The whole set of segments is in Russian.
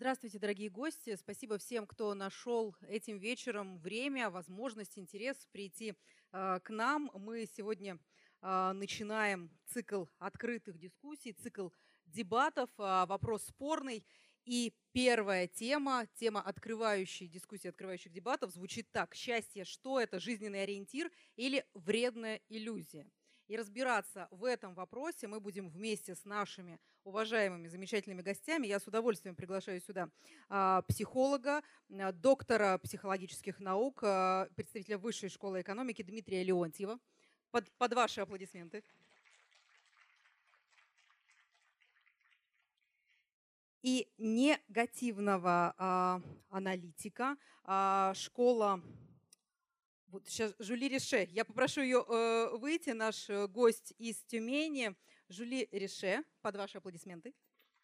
Здравствуйте, дорогие гости. Спасибо всем, кто нашел этим вечером время, возможность, интерес прийти к нам. Мы сегодня начинаем цикл открытых дискуссий, цикл дебатов, вопрос спорный. И первая тема открывающей дискуссии, открывающих дебатов звучит так. Счастье, что это, жизненный ориентир или вредная иллюзия? И разбираться в этом вопросе мы будем вместе с нашими уважаемыми, замечательными гостями. Я с удовольствием приглашаю сюда психолога, доктора психологических наук, представителя Высшей школы экономики Дмитрия Леонтьева. Под ваши аплодисменты. И негативного аналитика, школа... Вот сейчас Жюли Рише. Я попрошу ее выйти, наш гость из Тюмени. Жюли Рише, под ваши аплодисменты.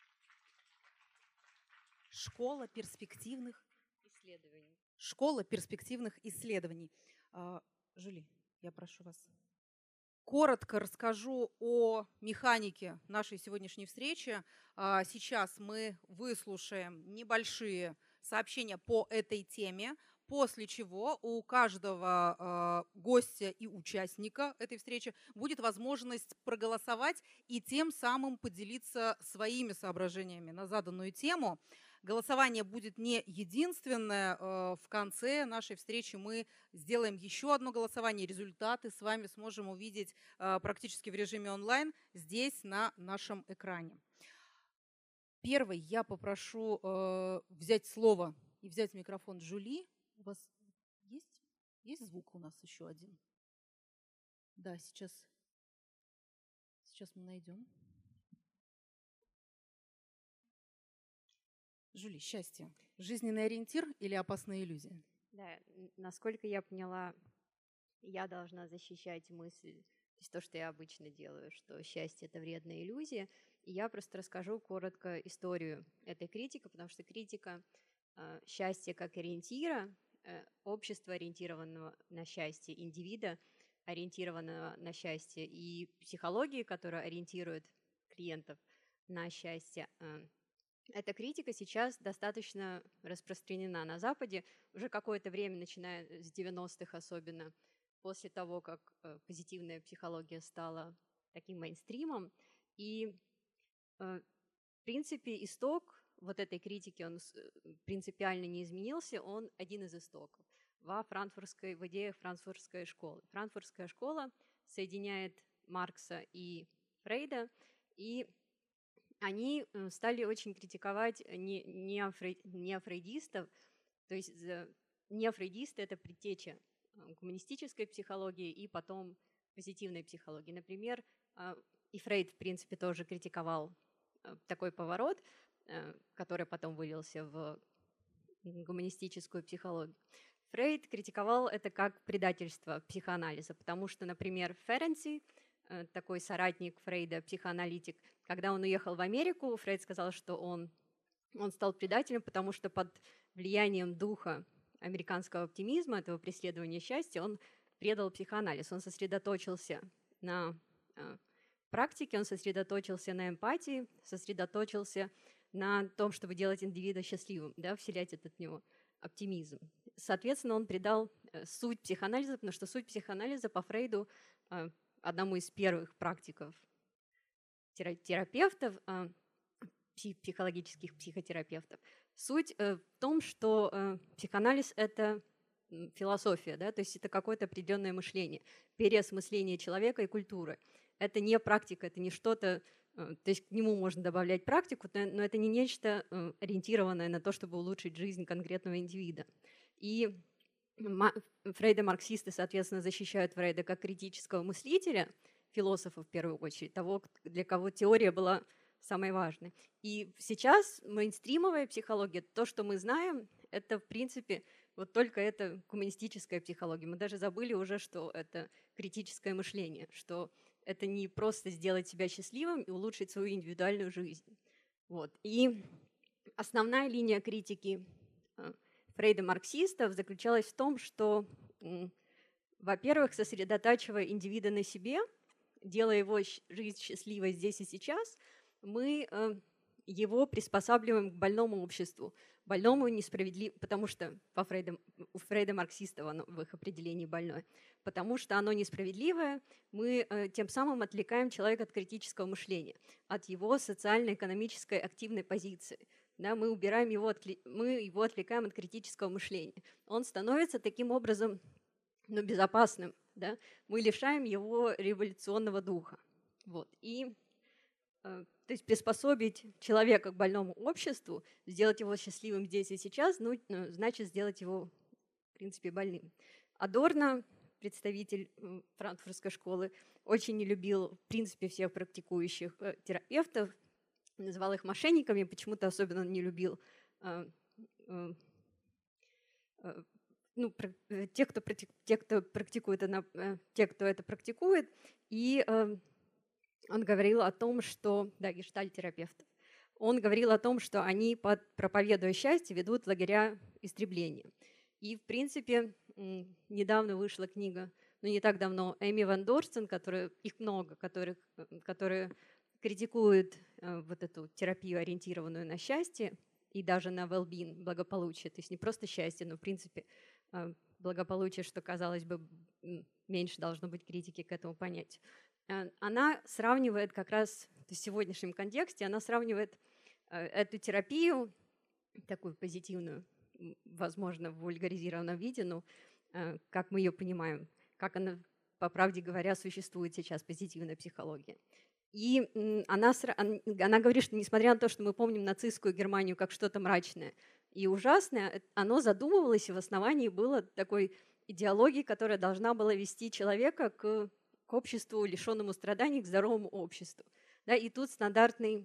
Школа перспективных исследований. Школа перспективных исследований. Жюли, я прошу вас. Коротко расскажу о механике нашей сегодняшней встречи. Сейчас мы выслушаем небольшие сообщения по этой теме, после чего у каждого гостя и участника этой встречи будет возможность проголосовать и тем самым поделиться своими соображениями на заданную тему. Голосование будет не единственное. В конце нашей встречи мы сделаем еще одно голосование. Результаты с вами сможем увидеть практически в режиме онлайн здесь на нашем экране. Первый я попрошу взять слово и взять микрофон Жюли. У вас есть звук у нас еще один? Да, сейчас мы найдем. Жюли, счастье. Жизненный ориентир или опасная иллюзия? Да, насколько я поняла, я должна защищать мысль, то есть то, что я обычно делаю, что счастье — это вредная иллюзия. И я просто расскажу коротко историю этой критики, потому что критика счастья как ориентира, общества, ориентированного на счастье, индивида, ориентированного на счастье, и психологии, которая ориентирует клиентов на счастье, эта критика сейчас достаточно распространена на Западе уже какое-то время, начиная с 90-х особенно, после того, как позитивная психология стала таким мейнстримом. И, в принципе, исток вот этой критики, он принципиально не изменился, он один из истоков в идеях франкфуртской школы. Франкфуртская школа соединяет Маркса и Фрейда, и они стали очень критиковать неофрейдистов, то есть неофрейдисты — это предтеча гуманистической психологии и потом позитивной психологии. Например, и Фрейд, в принципе, тоже критиковал такой поворот, который потом вылился в гуманистическую психологию. Фрейд критиковал это как предательство психоанализа, потому что, например, Ференци, такой соратник Фрейда, психоаналитик, когда он уехал в Америку, Фрейд сказал, что он стал предателем, потому что под влиянием духа американского оптимизма, этого преследования счастья, он предал психоанализ. Он сосредоточился на практике, он сосредоточился на эмпатии, сосредоточился на том, чтобы делать индивида счастливым, да, вселять этот в него оптимизм. Соответственно, он предал суть психоанализа, потому что суть психоанализа по Фрейду, одному из первых практиков терапевтов, психологических психотерапевтов, суть в том, что психоанализ — это философия, да, то есть это какое-то определенное мышление, переосмысление человека и культуры. Это не практика, это не что-то, то есть к нему можно добавлять практику, но это не нечто ориентированное на то, чтобы улучшить жизнь конкретного индивида. И Фрейда-марксисты, соответственно, защищают Фрейда как критического мыслителя, философа в первую очередь, того, для кого теория была самой важной. И сейчас мейнстримовая психология, то, что мы знаем, это, в принципе, вот только это гуманистическая психология. Мы даже забыли уже, что это критическое мышление, что это не просто сделать себя счастливым и улучшить свою индивидуальную жизнь. Вот. И основная линия критики Фрейда-марксистов заключалась в том, что, во-первых, сосредотачивая индивида на себе, делая его жизнь счастливой здесь и сейчас, мы его приспосабливаем к больному обществу, больному несправедливо, потому что у Фрейда марксистов оно в их определении больное, потому что оно несправедливое, мы тем самым отвлекаем человека от критического мышления, от его социально-экономической активной позиции. Да, мы его отвлекаем от критического мышления. Он становится таким образом безопасным. Да? Мы лишаем его революционного духа. Вот. И то есть приспособить человека к больному обществу, сделать его счастливым здесь и сейчас, значит сделать его, в принципе, больным. Адорно, представитель франкфуртской школы, очень не любил, в принципе, всех практикующих терапевтов, называл их мошенниками, почему-то особенно не любил тех, кто это практикует, и он говорил о том, что, да, гештальт-терапевтов, он говорил о том, что они, проповедуя счастье, ведут лагеря истребления. И, в принципе, недавно вышла книга, не так давно, Эми Ван Дорстен, их много, которые критикуют вот эту терапию, ориентированную на счастье, и даже на well-being, благополучие. То есть не просто счастье, но, в принципе, благополучие, что, казалось бы, меньше должно быть критики к этому понятию. Она сравнивает как раз в сегодняшнем контексте, она сравнивает эту терапию, такую позитивную, возможно, в вульгаризированном виде, но как мы ее понимаем, как она, по правде говоря, существует сейчас, позитивная психология. И она говорит, что несмотря на то, что мы помним нацистскую Германию как что-то мрачное и ужасное, оно задумывалось и в основании было такой идеологией, которая должна была вести человека к обществу, лишенному страданий, к здоровому обществу. Да, и тут стандартный,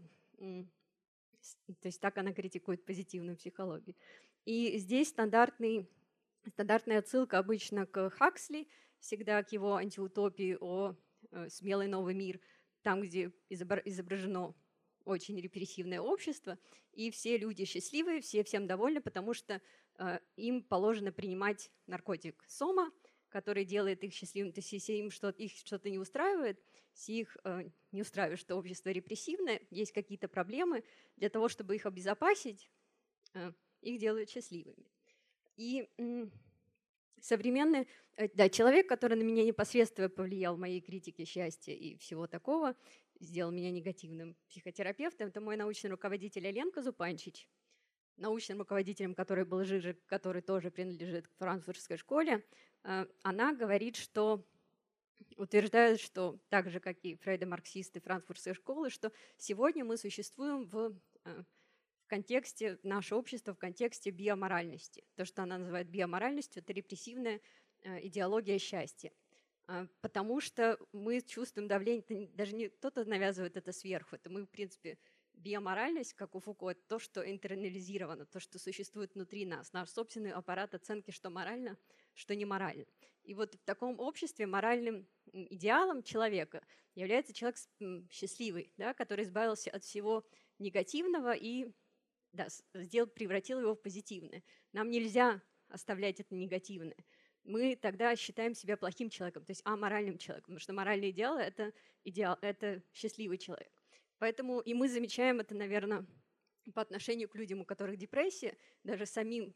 то есть так она критикует позитивную психологию. И здесь стандартная отсылка обычно к Хаксли, всегда к его антиутопии о смелый новый мир, там, где изображено очень репрессивное общество, и все люди счастливые, все всем довольны, потому что им положено принимать наркотик сома, который делает их счастливыми. То есть если их что-то не устраивает, если их не устраивает, что общество репрессивное, есть какие-то проблемы, для того, чтобы их обезопасить, их делают счастливыми. И современный человек, который на меня непосредственно повлиял в моей критике счастья и всего такого, сделал меня негативным психотерапевтом, это мой научный руководитель Аленка Зупанчич, научным руководителем, который был Жижик, который тоже принадлежит к франкфуртской школе. Она говорит, утверждает, что так же, как и фрейдо-марксисты франкфуртской школы, что сегодня мы существуем в контексте, наше общество в контексте биоморальности. То, что она называет биоморальностью, это репрессивная идеология счастья. Потому что мы чувствуем давление, даже не кто-то навязывает это сверху, это мы, в принципе, биоморальность, как у Фуко, это то, что интернализировано, то, что существует внутри нас, наш собственный аппарат оценки, что морально, что не морально. И вот в таком обществе моральным идеалом человека является человек счастливый, да, который избавился от всего негативного и превратил его в позитивное. Нам нельзя оставлять это негативное. Мы тогда считаем себя плохим человеком, то есть аморальным человеком, потому что моральный идеал – это счастливый человек. Поэтому и мы замечаем это, наверное, по отношению к людям, у которых депрессия, даже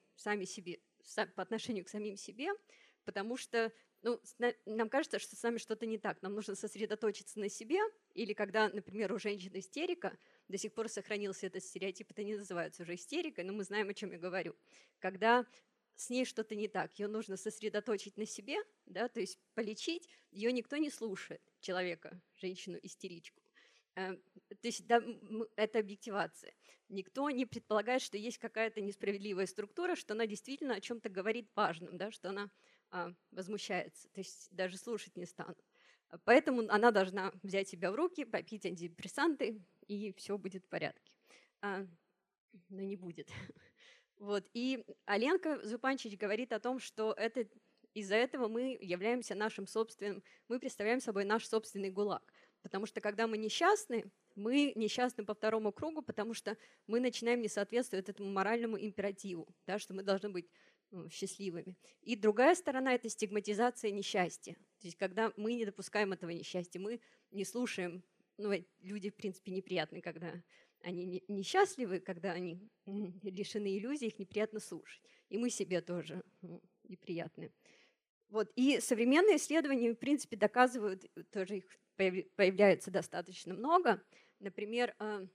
по отношению к самим себе, потому что нам кажется, что с нами что-то не так. Нам нужно сосредоточиться на себе, или когда, например, у женщины истерика, до сих пор сохранился этот стереотип, это не называется уже истерикой, но мы знаем, о чем я говорю. Когда с ней что-то не так, ее нужно сосредоточить на себе, да, то есть полечить, ее никто не слушает, человека, женщину-истеричку. То есть это объективация. Никто не предполагает, что есть какая-то несправедливая структура, что она действительно о чем-то говорит важном, да, что она возмущается, то есть даже слушать не станут. Поэтому она должна взять себя в руки, попить антидепрессанты, и все будет в порядке. Но не будет. Вот. И Аленка Зупанчич говорит о том, что из-за этого мы являемся мы представляем собой наш собственный ГУЛАГ. Потому что когда мы несчастны по второму кругу, потому что мы начинаем не соответствовать этому моральному императиву, да, что мы должны быть счастливыми. И другая сторона – это стигматизация несчастья. То есть когда мы не допускаем этого несчастья, мы не слушаем, люди, в принципе, неприятны, когда они несчастливы, когда они лишены иллюзий, их неприятно слушать. И мы себе тоже неприятны. Вот. И современные исследования, в принципе, доказывают, тоже их появляется достаточно много. Например, в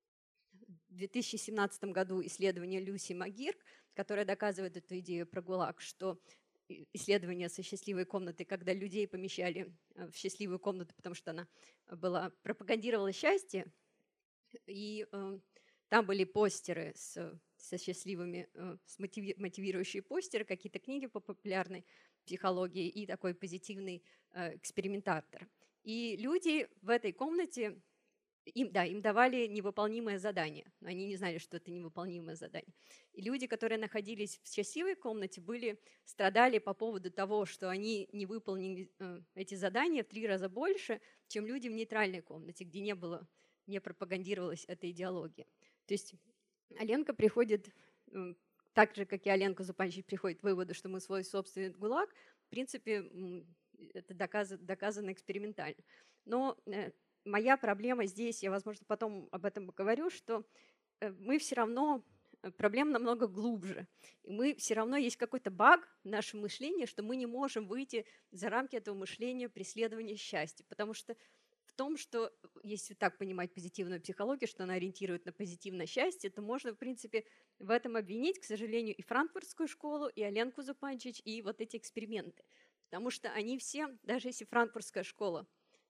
2017 году исследование Люси Магирк, которое доказывает эту идею про ГУЛАГ, что исследование со счастливой комнатой, когда людей помещали в счастливую комнату, потому что она пропагандировала счастье, и там были постеры со счастливыми, мотивирующие постеры, какие-то книги по популярной психологии и такой позитивный экспериментатор. И люди в этой комнате, им давали невыполнимое задание, но они не знали, что это невыполнимое задание. И люди, которые находились в счастливой комнате, страдали по поводу того, что они не выполнили эти задания в 3 раза больше, чем люди в нейтральной комнате, где не пропагандировалась эта идеология. То есть Аленка приходит, так же, как и Аленка Зупанчич приходит к выводу, что мы свой собственный ГУЛАГ, в принципе, это доказано экспериментально. Но моя проблема здесь, я, возможно, потом об этом поговорю, что мы все равно, проблема намного глубже. И мы все равно, есть какой-то баг в нашем мышлении, что мы не можем выйти за рамки этого мышления преследования счастья. Потому что в том, что, если так понимать позитивную психологию, что она ориентирует на позитивное счастье, то можно, в принципе, в этом обвинить, к сожалению, и франкфуртскую школу, и Аленку Зупанчич, и вот эти эксперименты. Потому что они все, даже если франкфуртская школа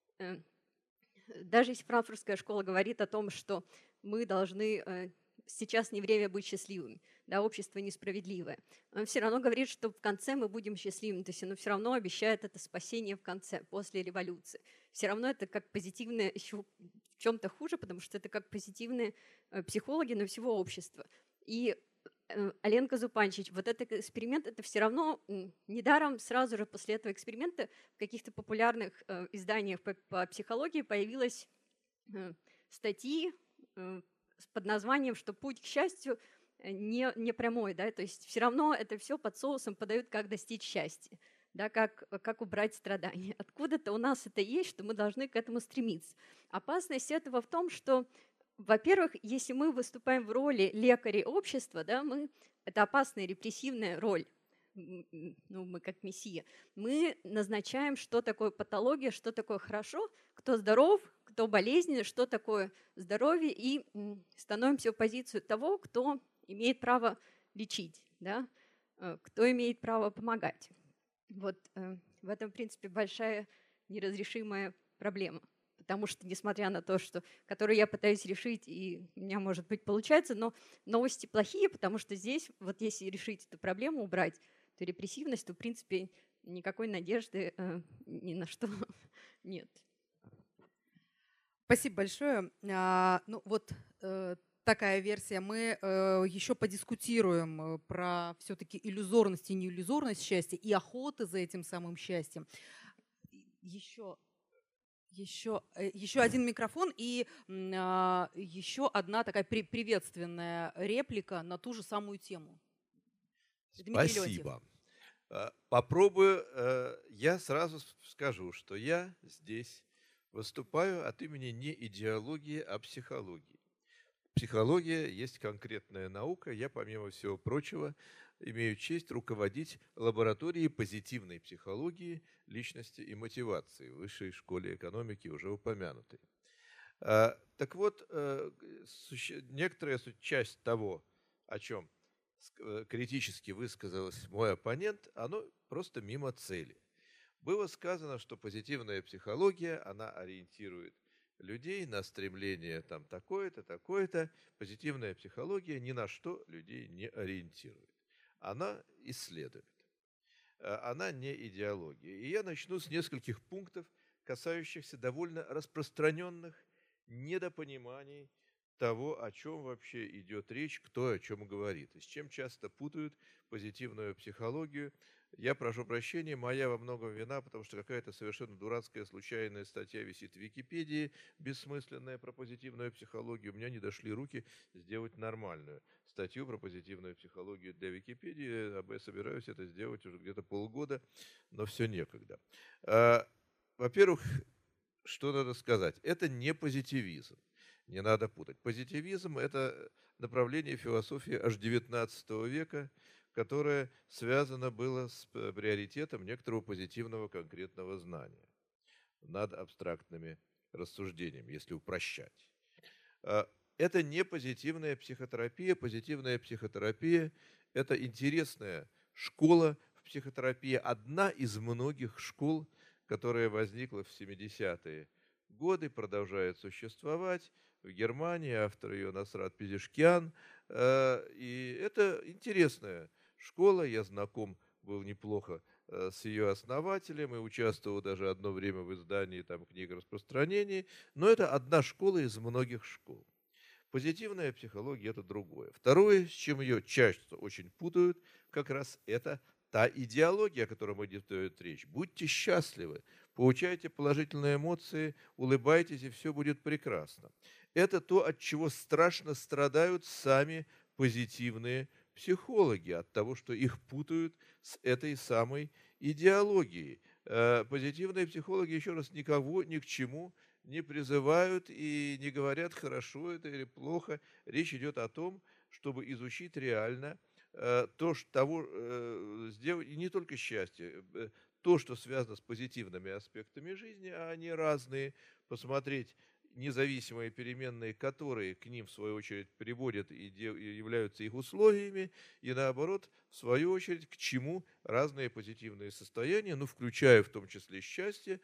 говорит о том, что мы должны, сейчас не время быть счастливыми, да, общество несправедливое, он все равно говорит, что в конце мы будем счастливыми, то есть оно все равно обещает это спасение в конце, после революции. Все равно это как позитивное, еще в чем-то хуже, потому что это как позитивные психологи на всего общества. И Аленка Зупанчич, вот этот эксперимент, это все равно недаром сразу же после этого эксперимента в каких-то популярных изданиях по психологии появилась статьи под названием, что путь к счастью не прямой, да, то есть все равно это все под соусом подают, как достичь счастья, да, как убрать страдания. Откуда-то у нас это есть, что мы должны к этому стремиться. Опасность этого в том, что, во-первых, если мы выступаем в роли лекарей общества, да, это опасная репрессивная роль, мы как мессия, мы назначаем, что такое патология, что такое хорошо, кто здоров, кто болезненный, что такое здоровье, и становимся в позицию того, кто имеет право лечить, да, кто имеет право помогать. Вот в этом, в принципе, большая неразрешимая проблема. Потому что, несмотря на то, которую я пытаюсь решить, и у меня, может быть, получается, но новости плохие, потому что здесь, вот если решить эту проблему, убрать эту репрессивность, то, в принципе, никакой надежды ни на что нет. Спасибо большое. Такая версия. Мы еще подискутируем про все-таки иллюзорность и неиллюзорность счастья и охоты за этим самым счастьем. Еще один микрофон и еще одна такая приветственная реплика на ту же самую тему. Спасибо. Попробую. Я сразу скажу, что я здесь выступаю от имени не идеологии, а психологии. Психология есть конкретная наука. Я, помимо всего прочего, имею честь руководить лабораторией позитивной психологии, личности и мотивации в Высшей школе экономики, уже упомянутой. Так вот, некоторая часть того, о чем критически высказался мой оппонент, оно просто мимо цели. Было сказано, что позитивная психология, она ориентирует людей на стремление там такое-то, такое-то. Позитивная психология ни на что людей не ориентирует. Она исследует. Она не идеология. И я начну с нескольких пунктов, касающихся довольно распространенных недопониманий того, о чем вообще идет речь, кто о чем говорит, и с чем часто путают позитивную психологию. Я прошу прощения, моя во многом вина, потому что какая-то совершенно дурацкая случайная статья висит в Википедии, бессмысленная, про позитивную психологию. У меня не дошли руки сделать нормальную статью про позитивную психологию для Википедии. Я собираюсь это сделать уже где-то полгода, но все некогда. Во-первых, что надо сказать? Это не позитивизм. Не надо путать. Позитивизм – это направление философии аж XIX века, которое связано было с приоритетом некоторого позитивного конкретного знания над абстрактными рассуждениями, если упрощать. Это не позитивная психотерапия. Позитивная психотерапия – это интересная школа в психотерапии, одна из многих школ, которая возникла в 70-е годы, продолжает существовать в Германии, автор ее Насрат Пезешкиан. И это интересная школа, я знаком был неплохо с ее основателем и участвовал даже одно время в издании там книг распространений, но это одна школа из многих школ. Позитивная психология – это другое. Второе, с чем ее часто очень путают, как раз это та идеология, о которой идет речь. Будьте счастливы, получайте положительные эмоции, улыбайтесь, и все будет прекрасно. Это то, от чего страшно страдают сами позитивные психологи, от того, что их путают с этой самой идеологией. Позитивные психологи, еще раз, никого ни к чему не призывают и не говорят, хорошо это или плохо. Речь идет о том, чтобы изучить реально сделать, и не только счастье, то, что связано с позитивными аспектами жизни, а они разные, посмотреть независимые переменные, которые к ним, в свою очередь, приводят и являются их условиями, и наоборот, в свою очередь, к чему разные позитивные состояния, включая в том числе счастье,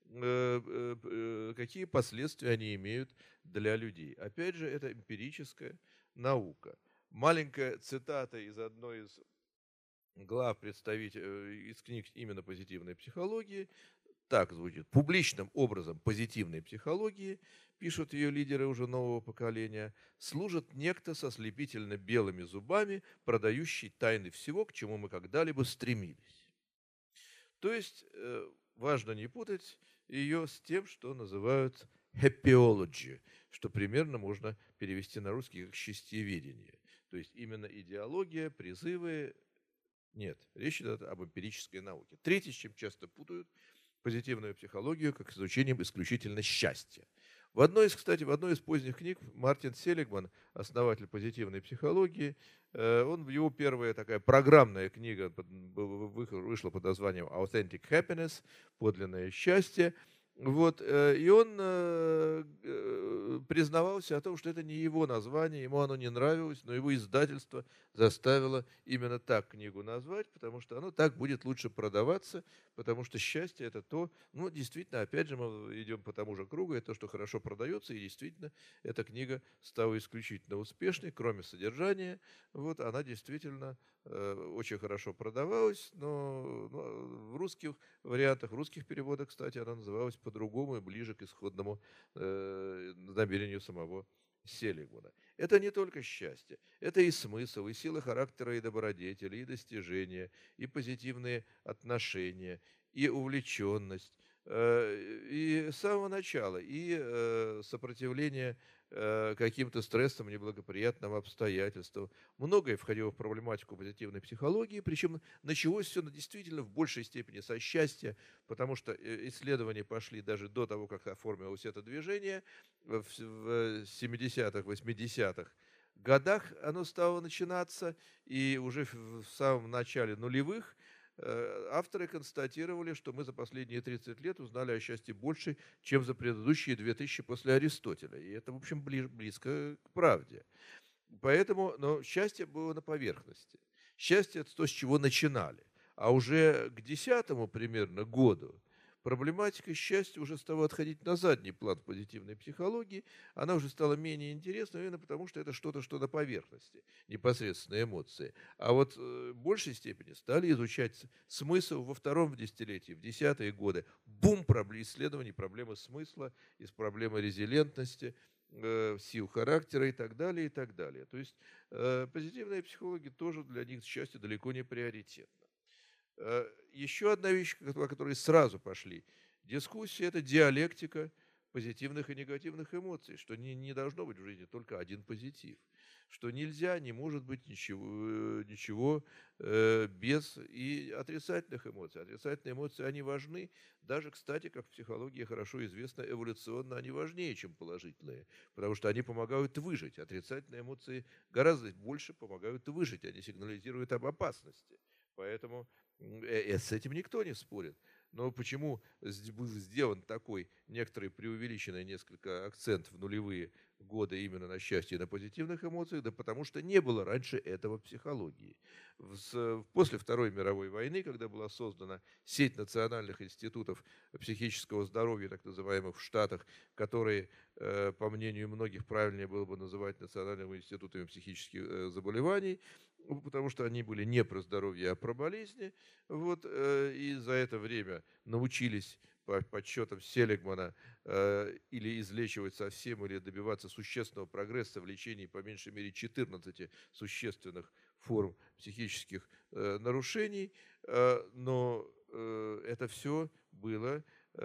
какие последствия они имеют для людей. Опять же, это эмпирическая наука. Маленькая цитата из одной из глав из книг именно позитивной психологии. Так звучит. Публичным образом позитивной психологии, пишут ее лидеры уже нового поколения, служит некто со слепительно белыми зубами, продающий тайны всего, к чему мы когда-либо стремились. То есть важно не путать ее с тем, что называют happyology, что примерно можно перевести на русский как счастьеведение. То есть именно идеология, призывы. Нет, речь идет об эмпирической науке. Третье, с чем часто путают позитивную психологию, как с изучением исключительно счастья. В одной из поздних книг Мартин Селигман, основатель позитивной психологии, его первая такая программная книга вышла под названием Authentic Happiness, подлинное счастье. И он признавался о том, что это не его название, ему оно не нравилось, но его издательство заставило именно так книгу назвать, потому что оно так будет лучше продаваться, потому что счастье – это то, действительно, опять же, мы идем по тому же кругу, это то, что хорошо продается, и действительно, эта книга стала исключительно успешной, кроме содержания, она действительно очень хорошо продавалась, но в русских вариантах, в русских переводах, кстати, она называлась по-другому и ближе к исходному намерению самого Селигмана. Это не только счастье, это и смысл, и сила характера, и добродетели, и достижения, и позитивные отношения, и увлеченность, и с самого начала, и сопротивление каким-то стрессам, неблагоприятным обстоятельствам. Многое входило в проблематику позитивной психологии, причем началось все действительно в большей степени со счастья, потому что исследования пошли даже до того, как оформилось это движение. В 70-х, 80-х годах оно стало начинаться, и уже в самом начале нулевых авторы констатировали, что мы за последние 30 лет узнали о счастье больше, чем за предыдущие 2000 после Аристотеля. И это, в общем, близко к правде. Поэтому, но счастье было на поверхности. Счастье – это то, с чего начинали. А уже к 10-му примерно году проблематика счастья уже стала отходить на задний план в позитивной психологии. Она уже стала менее интересной, именно потому что это что-то, что на поверхности, непосредственные эмоции. А в большей степени стали изучать смысл во втором десятилетии, в 10-е годы. Бум исследований проблемы смысла, из проблемы резилентности, сил характера и так далее, и так далее. То есть позитивные психологи тоже для них счастье далеко не приоритетно. Еще одна вещь, о которой сразу пошли дискуссии, это диалектика позитивных и негативных эмоций, что не должно быть в жизни только один позитив, что нельзя, не может быть ничего без и отрицательных эмоций. Отрицательные эмоции, они важны. Даже, кстати, как в психологии хорошо известно, эволюционно они важнее, чем положительные, потому что они помогают выжить. Отрицательные эмоции гораздо больше помогают выжить, они сигнализируют об опасности. Поэтому с этим никто не спорит. Но почему был сделан такой некоторый преувеличенный несколько акцент в нулевые годы именно на счастье и на позитивных эмоциях? Да потому что не было раньше этого в психологии. После Второй мировой войны, когда была создана сеть национальных институтов психического здоровья, так называемых, в Штатах, которые, по мнению многих, правильнее было бы называть национальными институтами психических заболеваний, потому что они были не про здоровье, а про болезни. Вот, и за это время научились, по подсчетам Селигмана, или излечивать совсем, или добиваться существенного прогресса в лечении по меньшей мере 14 существенных форм психических нарушений. Но это все было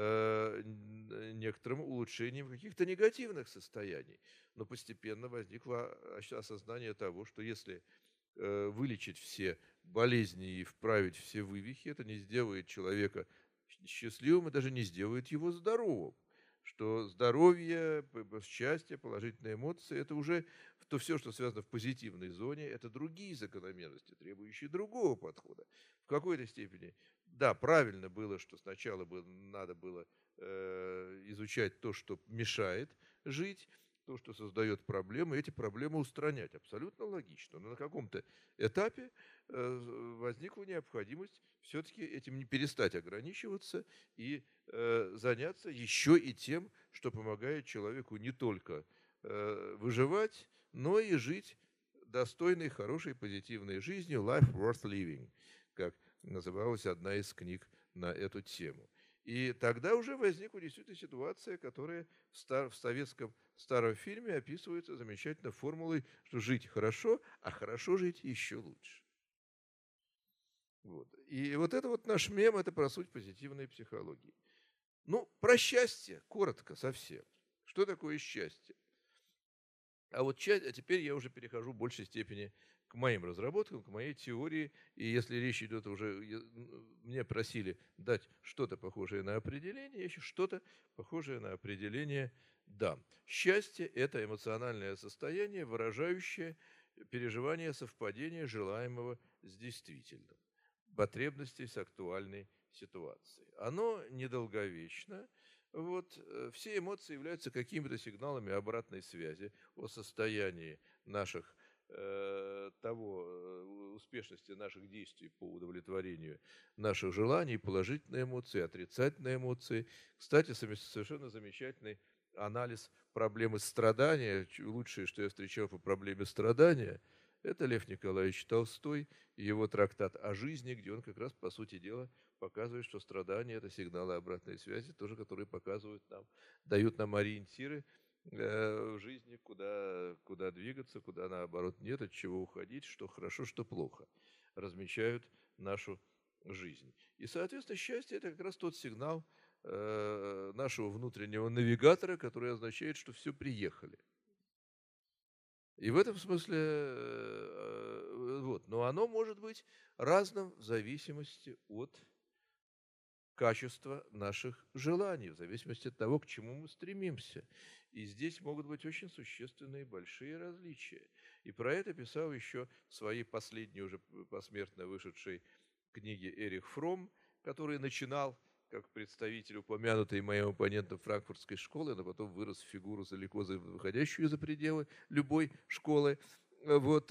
некоторым улучшением каких-то негативных состояний. Но постепенно возникло осознание того, что если вылечить все болезни и вправить все вывихи, это не сделает человека счастливым и даже не сделает его здоровым. Что здоровье, счастье, положительные эмоции – это уже то все, что связано в позитивной зоне, это другие закономерности, требующие другого подхода. В какой-то степени, да, правильно было, что сначала надо было изучать то, что мешает жить, то, что создает проблемы, эти проблемы устранять. Абсолютно логично. Но на каком-то этапе возникла необходимость все-таки этим не перестать ограничиваться и заняться еще и тем, что помогает человеку не только выживать, но и жить достойной, хорошей, позитивной жизнью, life worth living, как называлась одна из книг на эту тему. И тогда уже возникла действительно ситуация, которая в советском старом фильме описывается замечательно формулой, что жить хорошо, а хорошо жить еще лучше. Вот. И вот это вот наш мем, это про суть позитивной психологии. Ну, про счастье, коротко совсем. Что такое счастье? А теперь я уже перехожу в большей степени к моим разработкам, к моей теории. И если речь идет уже, мне просили дать что-то похожее на определение, я еще что-то похожее на определение дам. Счастье – это эмоциональное состояние, выражающее переживание совпадения желаемого с действительным, потребностей с актуальной ситуацией. Оно недолговечно. Вот, все эмоции являются какими-то сигналами обратной связи о состоянии наших успешности наших действий по удовлетворению наших желаний, положительные эмоции, отрицательные эмоции. Кстати, совершенно замечательный анализ проблемы страдания. Лучшее, что я встречал по проблеме страдания, это Лев Николаевич Толстой и его трактат о жизни, где он как раз, по сути дела, показывает, что страдания – это сигналы обратной связи, тоже, которые дают нам ориентиры в жизни, куда двигаться, куда, наоборот, нет, от чего уходить, что хорошо, что плохо, размечают нашу жизнь. И, соответственно, счастье – это как раз тот сигнал нашего внутреннего навигатора, который означает, что все, приехали. И в этом смысле, но оно может быть разным в зависимости от качества наших желаний, в зависимости от того, к чему мы стремимся. И здесь могут быть очень существенные большие различия. И про это писал еще в своей последней, уже посмертно вышедшей книге Эрих Фромм, который начинал как представитель упомянутой моим оппонентом франкфуртской школы, но потом вырос в фигуру, далеко выходящую за пределы любой школы. Вот,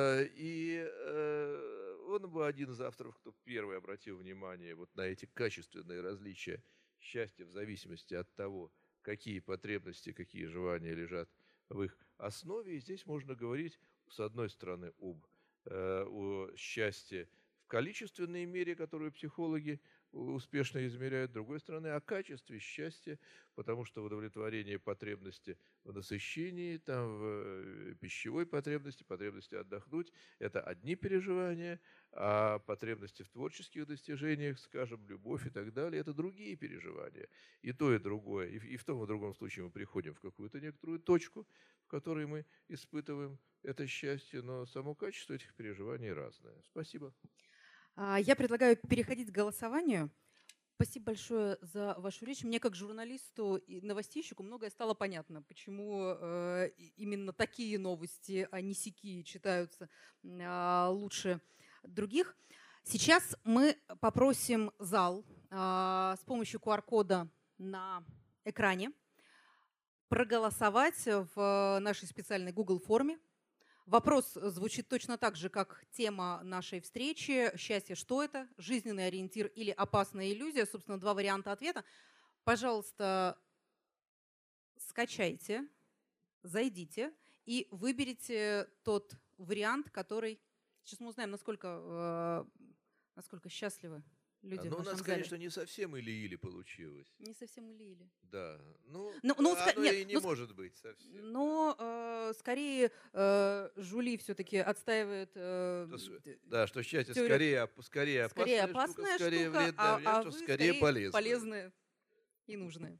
он был один из авторов, кто первый обратил внимание вот на эти качественные различия счастья в зависимости от того, какие потребности, какие желания лежат в их основе. И здесь можно говорить, с одной стороны, о счастье в количественной мере, которую психологи успешно измеряют, с другой стороны, о качестве счастья, потому что удовлетворение потребности в насыщении, там, в пищевой потребности, потребности отдохнуть – это одни переживания, а потребности в творческих достижениях, скажем, любовь и так далее – это другие переживания. И то, и другое. И в том и другом случае мы приходим в какую-то некоторую точку, в которой мы испытываем это счастье, но само качество этих переживаний разное. Спасибо. Я предлагаю переходить к голосованию. Спасибо большое за вашу речь. Мне как журналисту и новостейщику многое стало понятно, почему именно такие новости, а не сякие, читаются лучше других. Сейчас мы попросим зал с помощью QR-кода на экране проголосовать в нашей специальной Google форме. Вопрос звучит точно так же, как тема нашей встречи. Счастье, что это? Жизненный ориентир или опасная иллюзия? Собственно, два варианта ответа. Пожалуйста, скачайте, зайдите и выберите тот вариант, который... Сейчас мы узнаем, насколько счастливы люди в у нашем нас, зале. конечно, не совсем или-или получилось. Не совсем или-или. Да, оно не может быть совсем. Но скорее Жюли все-таки отстаивает... что счастье скорее опасная штука, скорее вредная, а что вы скорее полезная и нужная.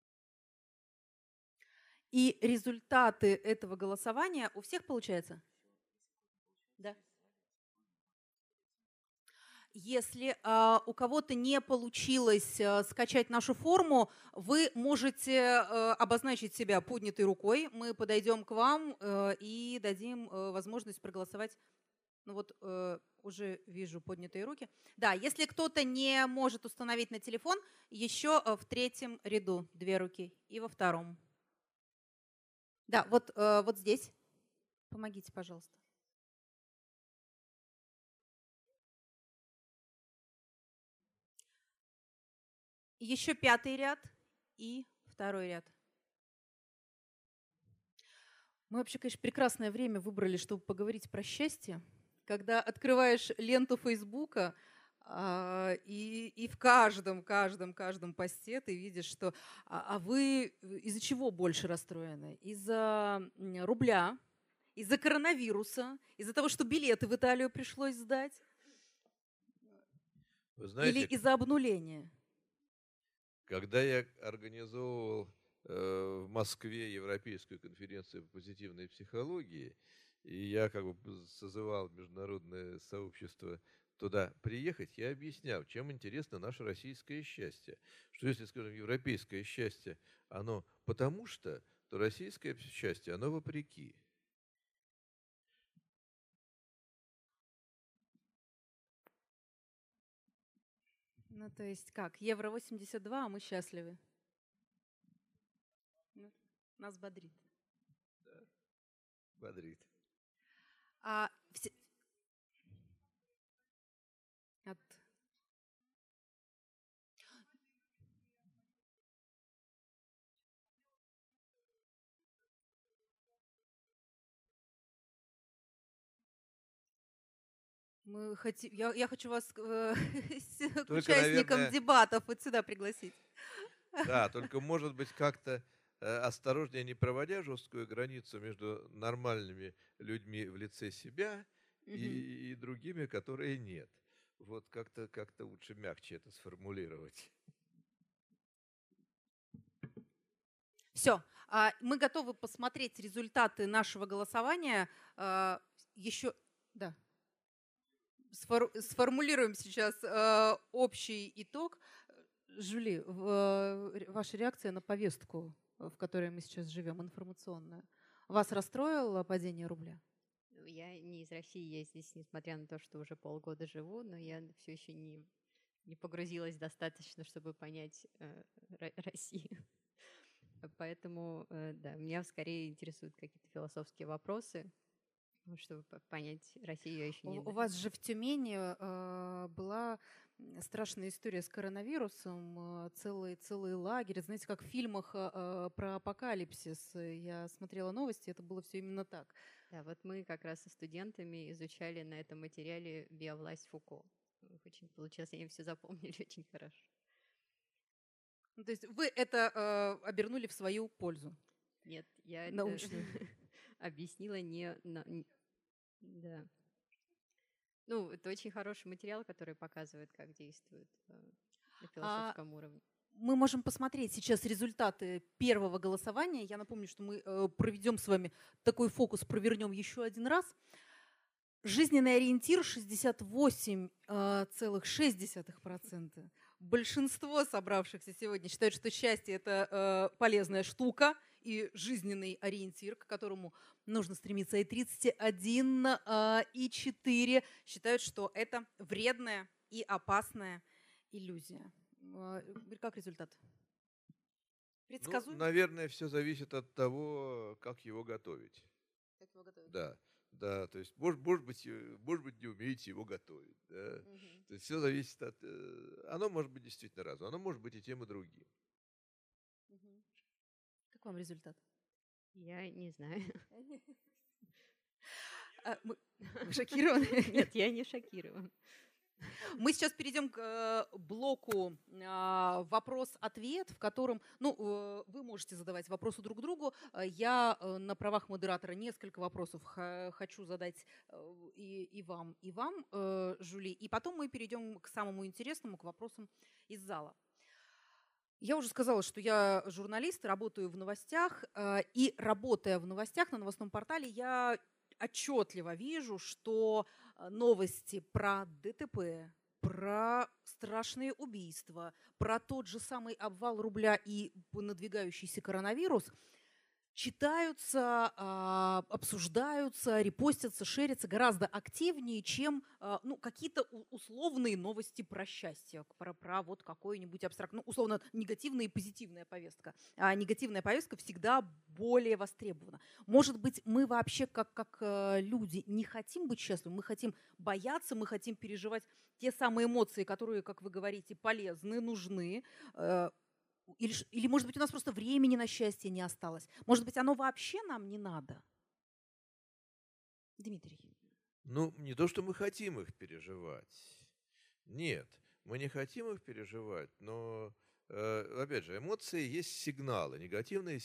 И результаты этого голосования у всех получается? Да. Если у кого-то не получилось скачать нашу форму, вы можете обозначить себя поднятой рукой. Мы подойдем к вам и дадим возможность проголосовать. Уже вижу поднятые руки. Да, если кто-то не может установить на телефон, еще в третьем ряду 2 руки и во втором. Да, вот здесь. Помогите, пожалуйста. Еще 5-й ряд и 2-й ряд. Мы вообще, конечно, прекрасное время выбрали, чтобы поговорить про счастье. Когда открываешь ленту Фейсбука, и в каждом посте ты видишь, что вы из-за чего больше расстроены? Из-за рубля, из-за коронавируса, из-за того, что билеты в Италию пришлось сдать? Вы знаете, или из-за обнуления? Когда я организовывал в Москве Европейскую конференцию по позитивной психологии, и я созывал международное сообщество туда приехать, я объяснял, чем интересно наше российское счастье. Что если, скажем, европейское счастье, оно потому что, то российское счастье, оно вопреки. То есть как? Евро 82, а мы счастливы. Нас бодрит. Да, бодрит. Я хочу вас к участникам дебатов вот сюда пригласить. Да, только, может быть, как-то осторожнее, не проводя жесткую границу между нормальными людьми в лице себя и другими, которые нет. Вот как-то лучше мягче это сформулировать. Все. Мы готовы посмотреть результаты нашего голосования. Еще... Да. Сформулируем сейчас общий итог. Жюли, ваша реакция на повестку, в которой мы сейчас живем, информационная. Вас расстроило падение рубля? Я не из России, я здесь, несмотря на то, что уже полгода живу, но я все еще не погрузилась достаточно, чтобы понять Россию. Поэтому, да, меня скорее интересуют какие-то философские вопросы. Чтобы понять Россию, я еще не... У вас же в Тюмени была страшная история с коронавирусом, целый лагерь. Знаете, как в фильмах про апокалипсис. Я смотрела новости, это было все именно так. Да, вот мы как раз со студентами изучали на этом материале биовласть Фуко. очень получилось, они все запомнили очень хорошо. Ну, то есть вы это обернули в свою пользу? Нет, я научную. это объяснила да. Ну, это очень хороший материал, который показывает, как действует на философском уровне. Мы можем посмотреть сейчас результаты первого голосования. Я напомню, что мы проведем с вами такой фокус, провернем еще один раз. Жизненный ориентир 68,6%. Большинство собравшихся сегодня считают, что счастье – это полезная штука и жизненный ориентир, к которому нужно стремиться. И 31,4% считают, что это вредная и опасная иллюзия. Как результат? Предсказуемо? Ну, наверное, все зависит от того, как его готовить. Как его готовить? Да, то есть, может быть, не умеете его готовить. Да? То есть все зависит от... Оно может быть действительно разное, оно может быть и тем, и другим. Как вам результат? Я не знаю. Вы шокированы? Нет, я не шокирован. Мы сейчас перейдем к блоку вопрос-ответ, в котором вы можете задавать вопросы друг другу. Я на правах модератора несколько вопросов хочу задать и вам, Жюли. И потом мы перейдем к самому интересному, к вопросам из зала. Я уже сказала, что я журналист, работаю в новостях. И работая в новостях на новостном портале, я отчетливо вижу, что новости про ДТП, про страшные убийства, про тот же самый обвал рубля и надвигающийся коронавирус читаются, обсуждаются, репостятся, шерятся гораздо активнее, чем какие-то условные новости про счастье, про вот какой-нибудь абстрактный, условно негативная и позитивная повестка. А негативная повестка всегда более востребована. Может быть, мы вообще как люди не хотим быть счастливыми, мы хотим бояться, мы хотим переживать те самые эмоции, которые, как вы говорите, полезны, нужны. Или, может быть, у нас просто времени на счастье не осталось. Может быть, оно вообще нам не надо. Дмитрий. Ну, не то, что мы хотим их переживать. Нет, мы не хотим их переживать, но, опять же, эмоции есть сигналы, негативные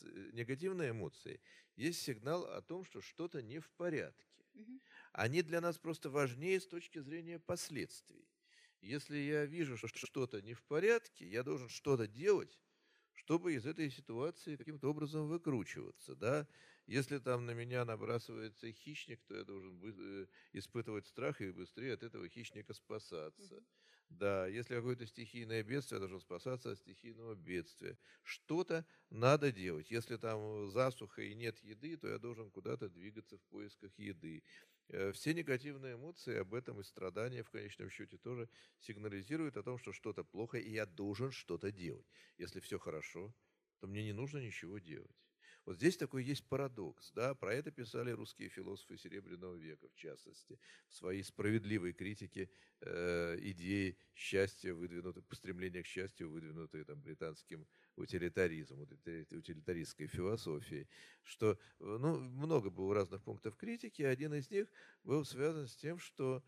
эмоции. Есть сигнал о том, что что-то не в порядке. Они для нас просто важнее с точки зрения последствий. Если я вижу, что что-то не в порядке, я должен что-то делать, чтобы из этой ситуации каким-то образом выкручиваться. Да? Если там на меня набрасывается хищник, то я должен испытывать страх и быстрее от этого хищника спасаться. Да, если какое-то стихийное бедствие, я должен спасаться от стихийного бедствия. Что-то надо делать. Если там засуха и нет еды, то я должен куда-то двигаться в поисках еды. Все негативные эмоции об этом и страдания в конечном счете тоже сигнализируют о том, что что-то плохо, и я должен что-то делать. Если все хорошо, то мне не нужно ничего делать. Вот здесь такой есть парадокс. Да? Про это писали русские философы Серебряного века, в частности, в своей справедливой критике идеи счастья, стремления к счастью, выдвинутой там, британским утилитаризмом, утилитаристской философией, что много было разных пунктов критики, один из них был связан с тем, что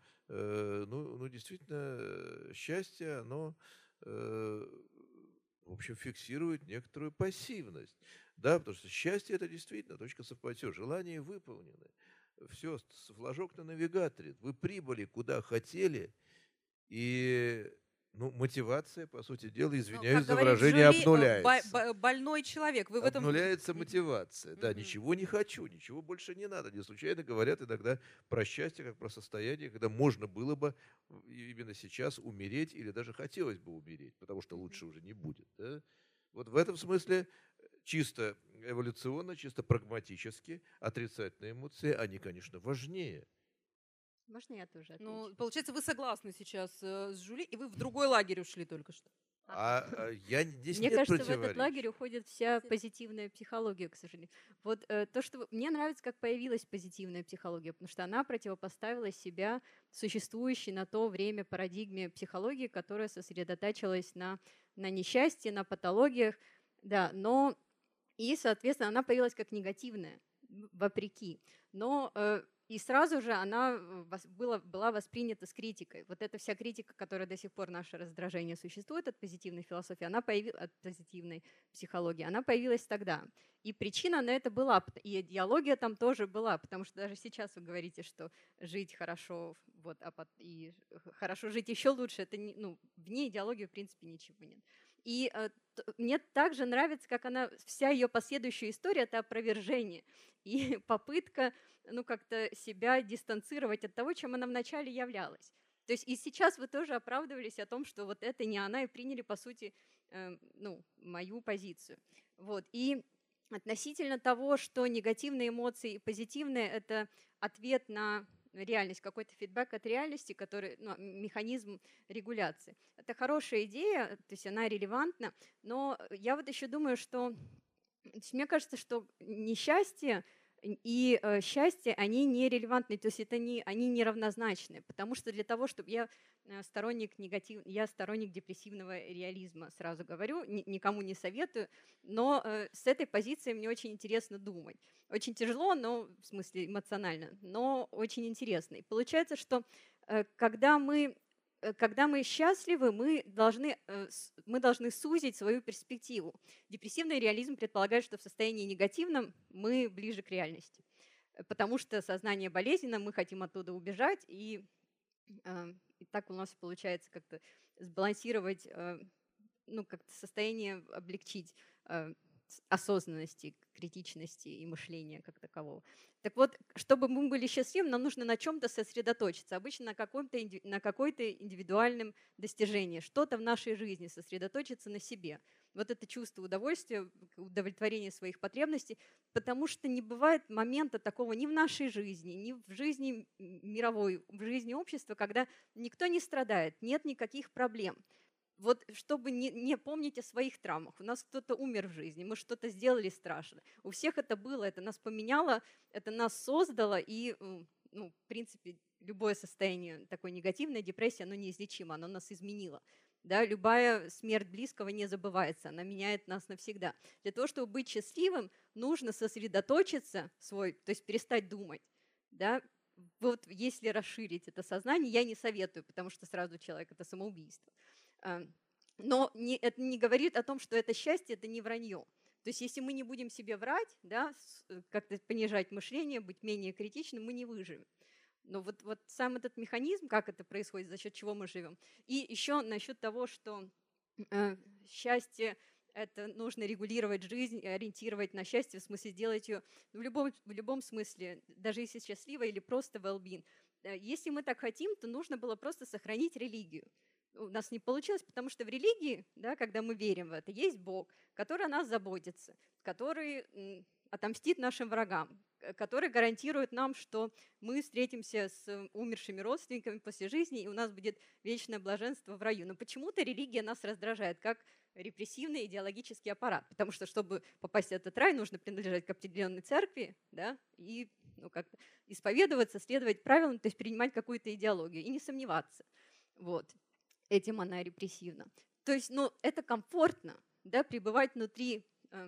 действительно счастье, оно в общем, фиксирует некоторую пассивность. Да, потому что счастье – это действительно точка совпадения. Желания выполнены. Все, флажок на навигаторе. Вы прибыли куда хотели, и мотивация, по сути дела, извиняюсь за выражение, обнуляется. Больной человек. Вы в этом... Обнуляется мотивация. Да, ничего не хочу, ничего больше не надо. Не случайно говорят иногда про счастье, как про состояние, когда можно было бы именно сейчас умереть или даже хотелось бы умереть, потому что лучше уже не будет. Да? Вот в этом смысле чисто эволюционно, чисто прагматически отрицательные эмоции, они, конечно, важнее. Можно я тоже отвечу? Получается, вы согласны сейчас с Жюли, и вы в другой лагерь ушли только что. Мне кажется, в этот лагерь уходит вся позитивная психология, к сожалению. Вот мне нравится, как появилась позитивная психология, потому что она противопоставила себя существующей на то время парадигме психологии, которая сосредотачивалась на несчастье, на патологиях, да, и, соответственно, она появилась как негативная, вопреки. Но И сразу же она была воспринята с критикой. Вот эта вся критика, которая до сих пор, наше раздражение существует от позитивной философии, от позитивной психологии, она появилась тогда. И причина на это была, и идеология там тоже была, потому что даже сейчас вы говорите, что жить хорошо, вот, и хорошо жить еще лучше, это вне идеологии в принципе ничего нет. И мне также нравится, как вся ее последующая история — это опровержение и попытка как-то себя дистанцировать от того, чем она вначале являлась. То есть и сейчас вы тоже оправдывались о том, что вот это не она, и приняли, по сути, мою позицию. Вот. И относительно того, что негативные эмоции и позитивные — это ответ на реальность, какой-то фидбэк от реальности, который, механизм регуляции. Это хорошая идея, то есть она релевантна, но я вот еще думаю, что мне кажется, что несчастье и счастье, они не релевантны, то есть они не равнозначны, потому что для того, чтобы я сторонник депрессивного реализма, сразу говорю, никому не советую, но с этой позиции мне очень интересно думать. Очень тяжело, но в смысле эмоционально, но очень интересно. И получается, что когда мы счастливы, мы должны сузить свою перспективу. Депрессивный реализм предполагает, что в состоянии негативном мы ближе к реальности, потому что сознание болезненно, мы хотим оттуда убежать, и так у нас получается как-то сбалансировать, как-то состояние облегчить осознанности, критичности и мышления как такового. Так вот, чтобы мы были счастливы, нам нужно на чем-то сосредоточиться, обычно на какой-то индивидуальном достижении, что-то в нашей жизни, сосредоточиться на себе. Вот это чувство удовольствия, удовлетворения своих потребностей, потому что не бывает момента такого ни в нашей жизни, ни в жизни мировой, в жизни общества, когда никто не страдает, нет никаких проблем. Вот чтобы не помнить о своих травмах. У нас кто-то умер в жизни, мы что-то сделали страшно. У всех это было, это нас поменяло, это нас создало, и, в принципе, любое состояние такой негативной депрессии, оно неизлечимо, оно нас изменило. Да, любая смерть близкого не забывается, она меняет нас навсегда. Для того, чтобы быть счастливым, нужно сосредоточиться то есть перестать думать. Да? Вот если расширить это сознание, я не советую, потому что сразу человек — это самоубийство. Но это не говорит о том, что это счастье, это не вранье. То есть если мы не будем себе врать, да, как-то понижать мышление, быть менее критичным, мы не выживем. Но вот сам этот механизм, как это происходит, за счет чего мы живем. И еще насчет того, что счастье — это нужно регулировать жизнь и ориентировать на счастье, в смысле сделать ее в любом смысле, даже если счастливо или просто well-being. Если мы так хотим, то нужно было просто сохранить религию. У нас не получилось, потому что в религии, да, когда мы верим в это, есть Бог, который о нас заботится, который отомстит нашим врагам, который гарантирует нам, что мы встретимся с умершими родственниками после жизни, и у нас будет вечное блаженство в раю. Но почему-то религия нас раздражает, как репрессивный идеологический аппарат, потому что, чтобы попасть в этот рай, нужно принадлежать к определенной церкви, да, и как-то исповедоваться, следовать правилам, то есть принимать какую-то идеологию и не сомневаться. Вот. Этим она репрессивна. То есть, это комфортно, да, пребывать внутри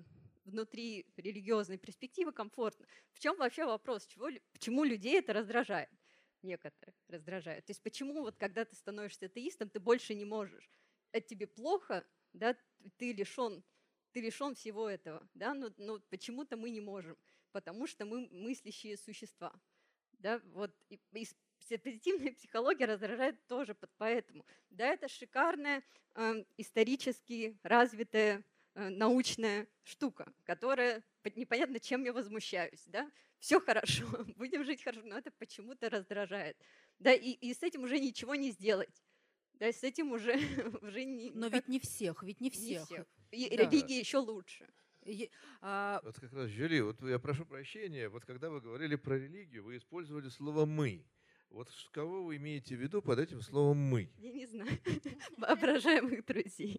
религиозной перспективы комфортно. В чем вообще вопрос? Почему людей это раздражает? Некоторых раздражает. То есть почему вот когда ты становишься атеистом, ты больше не можешь? Это тебе плохо, да, ты лишен всего этого, да, но почему-то мы не можем, потому что мы мыслящие существа. Да, вот, и позитивная психология раздражает тоже поэтому. Да, это шикарная, исторически развитая научная штука, которая непонятно, чем я возмущаюсь. Да? Все хорошо, будем жить хорошо, но это почему-то раздражает. Да, и с этим уже ничего не сделать. Да, с этим уже не... Но ведь не всех. И да. Религия еще лучше. Вот как раз, Жюли, вот я прошу прощения, вот когда вы говорили про религию, вы использовали слово «мы». Вот кого вы имеете в виду под этим словом «мы»? Я не знаю. Воображаемых друзей.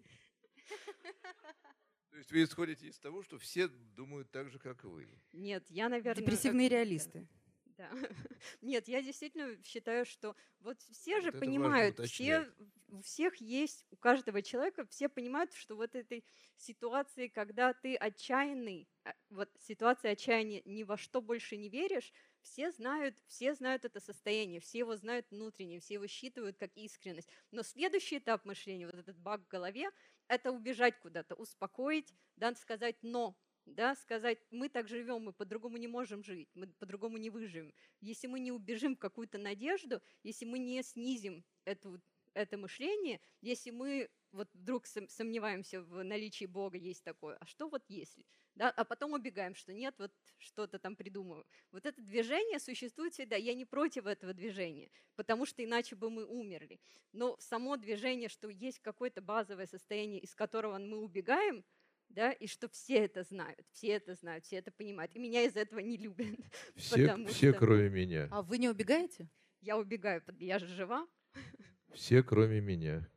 То есть вы исходите из того, что все думают так же, как вы? Нет, я, наверное... Депрессивные реалисты. Да. Нет, я действительно считаю, что вот все же понимают, у всех есть, у каждого человека, все понимают, что вот этой ситуации, когда ты отчаянный, вот ситуация отчаяния, ни во что больше не веришь, все знают это состояние, все его знают внутренне, все его считывают как искренность. Но следующий этап мышления, вот этот баг в голове, это убежать куда-то, успокоить, да, сказать «но», да, сказать «мы так живем, мы по-другому не можем жить, мы по-другому не выживем». Если мы не убежим в какую-то надежду, если мы не снизим это мышление, если мы вот вдруг сомневаемся в наличии Бога, есть такое, а что вот если? Да, а потом убегаем, что нет, вот что-то там придумываю. Вот это движение существует всегда. Я не против этого движения, потому что иначе бы мы умерли. Но само движение, что есть какое-то базовое состояние, из которого мы убегаем, да, и что все это знают, все это понимают. И меня из-за этого не любят. Все кроме меня. А вы не убегаете? Я убегаю, я же жива. Все кроме меня.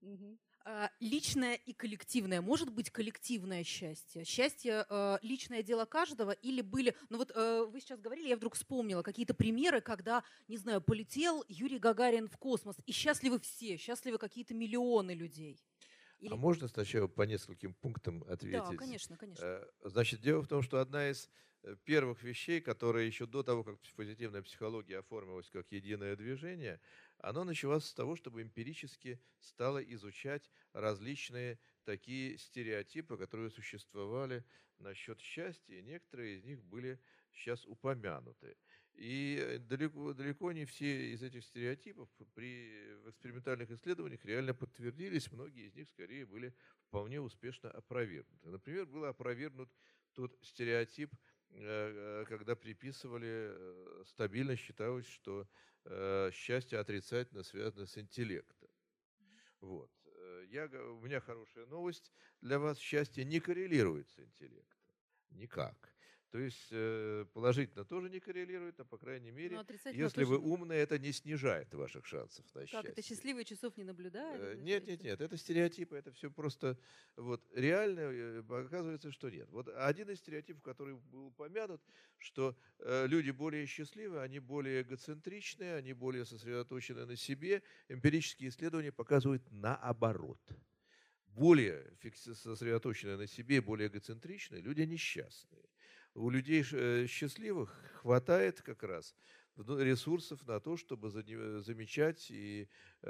Личное и коллективное. Может быть коллективное счастье? Счастье личное дело каждого или были... Ну вот вы сейчас говорили, я вдруг вспомнила какие-то примеры, когда, не знаю, полетел Юрий Гагарин в космос, и счастливы все, счастливы какие-то миллионы людей. Или... А можно сначала по нескольким пунктам ответить? Да, конечно, конечно. Значит, дело в том, что одна из первых вещей, которая еще до того, как позитивная психология оформилась как единое движение, оно началось с того, чтобы эмпирически стало изучать различные такие стереотипы, которые существовали насчет счастья, и некоторые из них были сейчас упомянуты. И далеко не все из этих стереотипов в экспериментальных исследованиях реально подтвердились, многие из них скорее были вполне успешно опровергнуты. Например, был опровергнут тот стереотип, когда приписывали, стабильно считалось, что счастье отрицательно связано с интеллектом. Вот. У меня хорошая новость для вас. Счастье не коррелирует с интеллектом. Никак. То есть положительно тоже не коррелирует, а по крайней мере, если вы умные, это не снижает ваших шансов на счастье. Как это, счастливые часов не наблюдают? Нет, это стереотипы, это все просто вот реально оказывается, что нет. Вот один из стереотипов, который был упомянут, что люди более счастливы, они более эгоцентричные, они более сосредоточены на себе. Эмпирические исследования показывают наоборот. Более сосредоточенные на себе, более эгоцентричные люди несчастные. У людей счастливых хватает как раз ресурсов на то, чтобы замечать и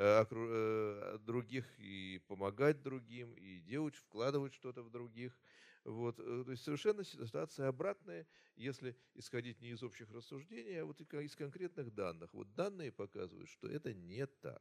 других, и помогать другим, и вкладывать что-то в других. Вот. То есть совершенно ситуация обратная, если исходить не из общих рассуждений, а вот из конкретных данных. Вот данные показывают, что это не так.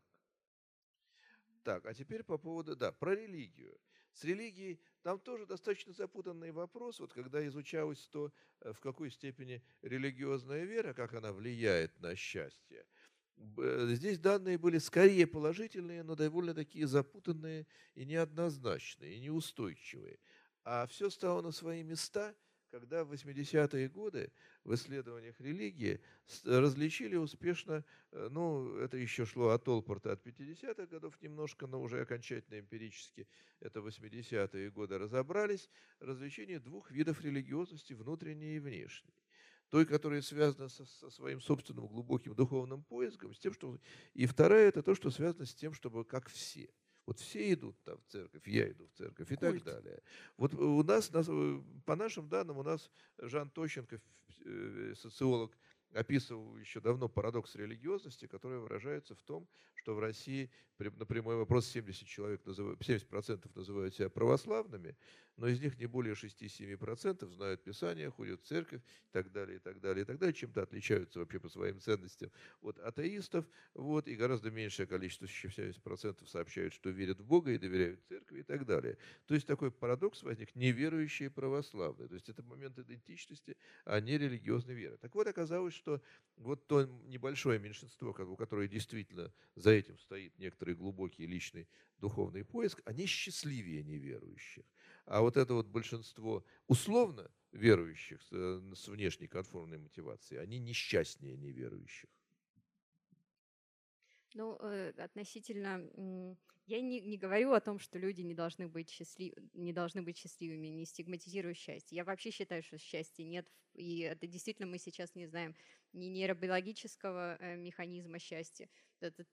Так, а теперь по поводу, про религию. С религией там тоже достаточно запутанный вопрос. Вот когда изучалось то, в какой степени религиозная вера, как она влияет на счастье, здесь данные были скорее положительные, но довольно такие запутанные и неоднозначные, и неустойчивые. А все стало на свои места, когда в 80-е годы в исследованиях религии различили успешно, это еще шло от Олпорта от 50-х годов немножко, но уже окончательно эмпирически это 80-е годы разобрались, различение двух видов религиозности, внутренней и внешней. Той, которая связана со своим собственным глубоким духовным поиском, с тем, что... И вторая – это то, что связано с тем, чтобы как все. Вот все идут там в церковь, я иду в церковь и так далее. Вот у нас, по нашим данным, у нас Жан Тощенко, социолог, описывал еще давно парадокс религиозности, который выражается в том, что в России на прямой вопрос 70% называют себя православными, но из них не более 6-7% знают Писание, ходят в церковь и так далее, и так далее, и так далее, чем-то отличаются вообще по своим ценностям от атеистов, вот, и гораздо меньшее количество, 70% сообщают, что верят в Бога и доверяют церкви и так далее. То есть такой парадокс возник: неверующие православные. То есть это момент идентичности, а не религиозной веры. Так вот, оказалось, что вот то небольшое меньшинство, у которое действительно за этим стоит некоторый глубокий личный духовный поиск, они счастливее неверующих. А вот это вот большинство условно верующих с внешней конформной мотивацией, они несчастнее неверующих. Относительно... Я не говорю о том, что люди не должны быть счастливыми, не стигматизирую счастье. Я вообще считаю, что счастья нет, и это действительно мы сейчас не знаем ни нейробиологического механизма счастья. Этот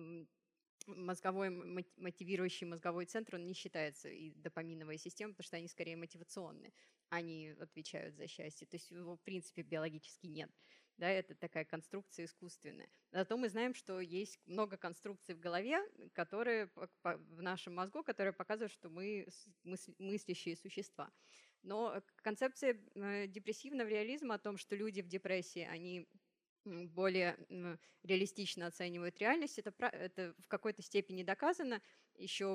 мотивирующий мозговой центр, он не считается и допаминовая система, потому что они скорее мотивационные, они отвечают за счастье. То есть его, в принципе, биологически нет. да, это такая конструкция искусственная. Зато мы знаем, что есть много конструкций в голове, которые в нашем мозгу, которые показывают, что мы мыслящие существа. Но концепция депрессивного реализма о том, что люди в депрессии, они более реалистично оценивают реальность, это в какой-то степени доказано. Еще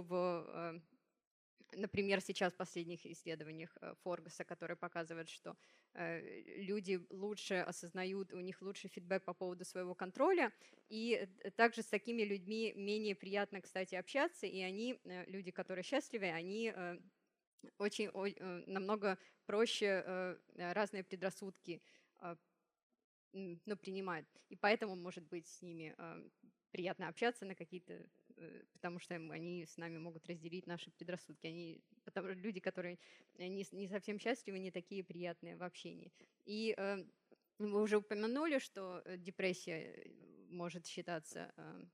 например, сейчас в последних исследованиях Форгаса, которые показывают, что люди лучше осознают, у них лучший фидбэк по поводу своего контроля, и также с такими людьми менее приятно, кстати, общаться, и они, люди, которые счастливы, они очень намного проще разные предрассудки принимают. И поэтому, может быть, с ними приятно общаться на какие-то, потому что они с нами могут разделить наши предрассудки. Люди, которые не совсем счастливы, не такие приятные в общении. И вы уже упомянули, что депрессия может считается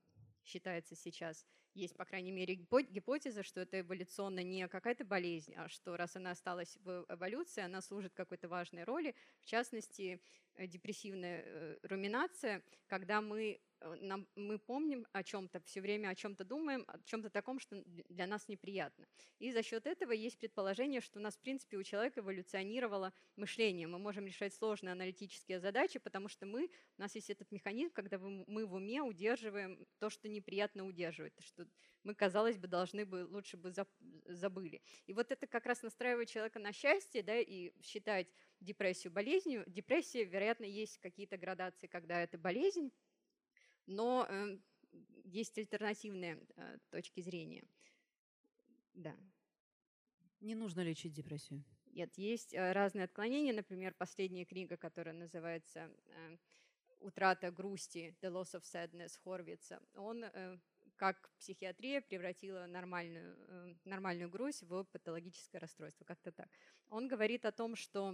сейчас, есть, по крайней мере, гипотеза, что это эволюционно не какая-то болезнь, а что раз она осталась в эволюции, она служит какой-то важной роли, в частности, депрессивная руминация, когда мы помним о чем-то, все время о чем-то думаем, о чем-то таком, что для нас неприятно. И за счет этого есть предположение, что у нас, в принципе, у человека эволюционировало мышление. Мы можем решать сложные аналитические задачи, потому что у нас есть этот механизм, когда мы в уме удерживаем то, что неприятно удерживать, что мы, казалось бы, лучше бы забыли. И вот это как раз настраивает человека на счастье, да, и считать депрессию болезнью. Депрессия, вероятно, есть какие-то градации, когда это болезнь, но есть альтернативные точки зрения. Да. Не нужно лечить депрессию. Нет, есть разные отклонения. Например, последняя книга, которая называется «Утрата грусти», «The Loss of Sadness» Хорвица, он как психиатрия превратила нормальную грусть в патологическое расстройство, как-то так. Он говорит о том, что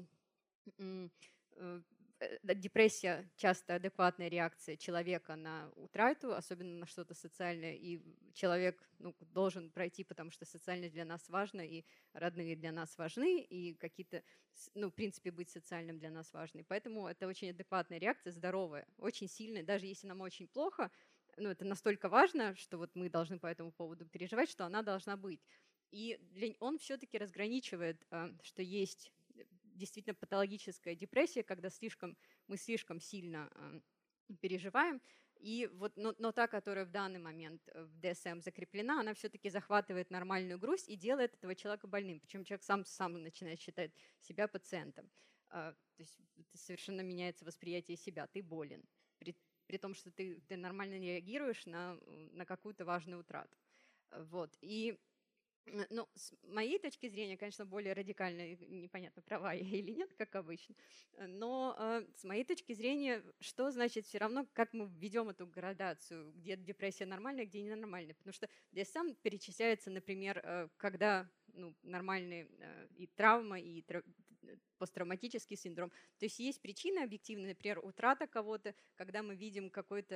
депрессия часто адекватная реакция человека на утрату, особенно на что-то социальное, и человек должен пройти, потому что социальность для нас важна, и родные для нас важны, и какие-то, в принципе, быть социальным для нас важны. Поэтому это очень адекватная реакция, здоровая, очень сильная, даже если нам очень плохо, это настолько важно, что вот мы должны по этому поводу переживать, что она должна быть. И он все-таки разграничивает, что есть действительно патологическая депрессия, когда мы слишком сильно переживаем. Но та, которая в данный момент в ДСМ закреплена, она все-таки захватывает нормальную грусть и делает этого человека больным. Причем человек сам начинает считать себя пациентом. То есть совершенно меняется восприятие себя. Ты болен. При том, что ты нормально не реагируешь на какую-то важную утрату. Вот. И с моей точки зрения, конечно, более радикально, непонятно, права я или нет, как обычно, но с моей точки зрения, что значит все равно, как мы введем эту градацию, где депрессия нормальная, где ненормальная, потому что DSM перечисляется, например, когда нормальные и травма, и посттравматический синдром. То есть причины объективные, например, утрата кого-то, когда мы видим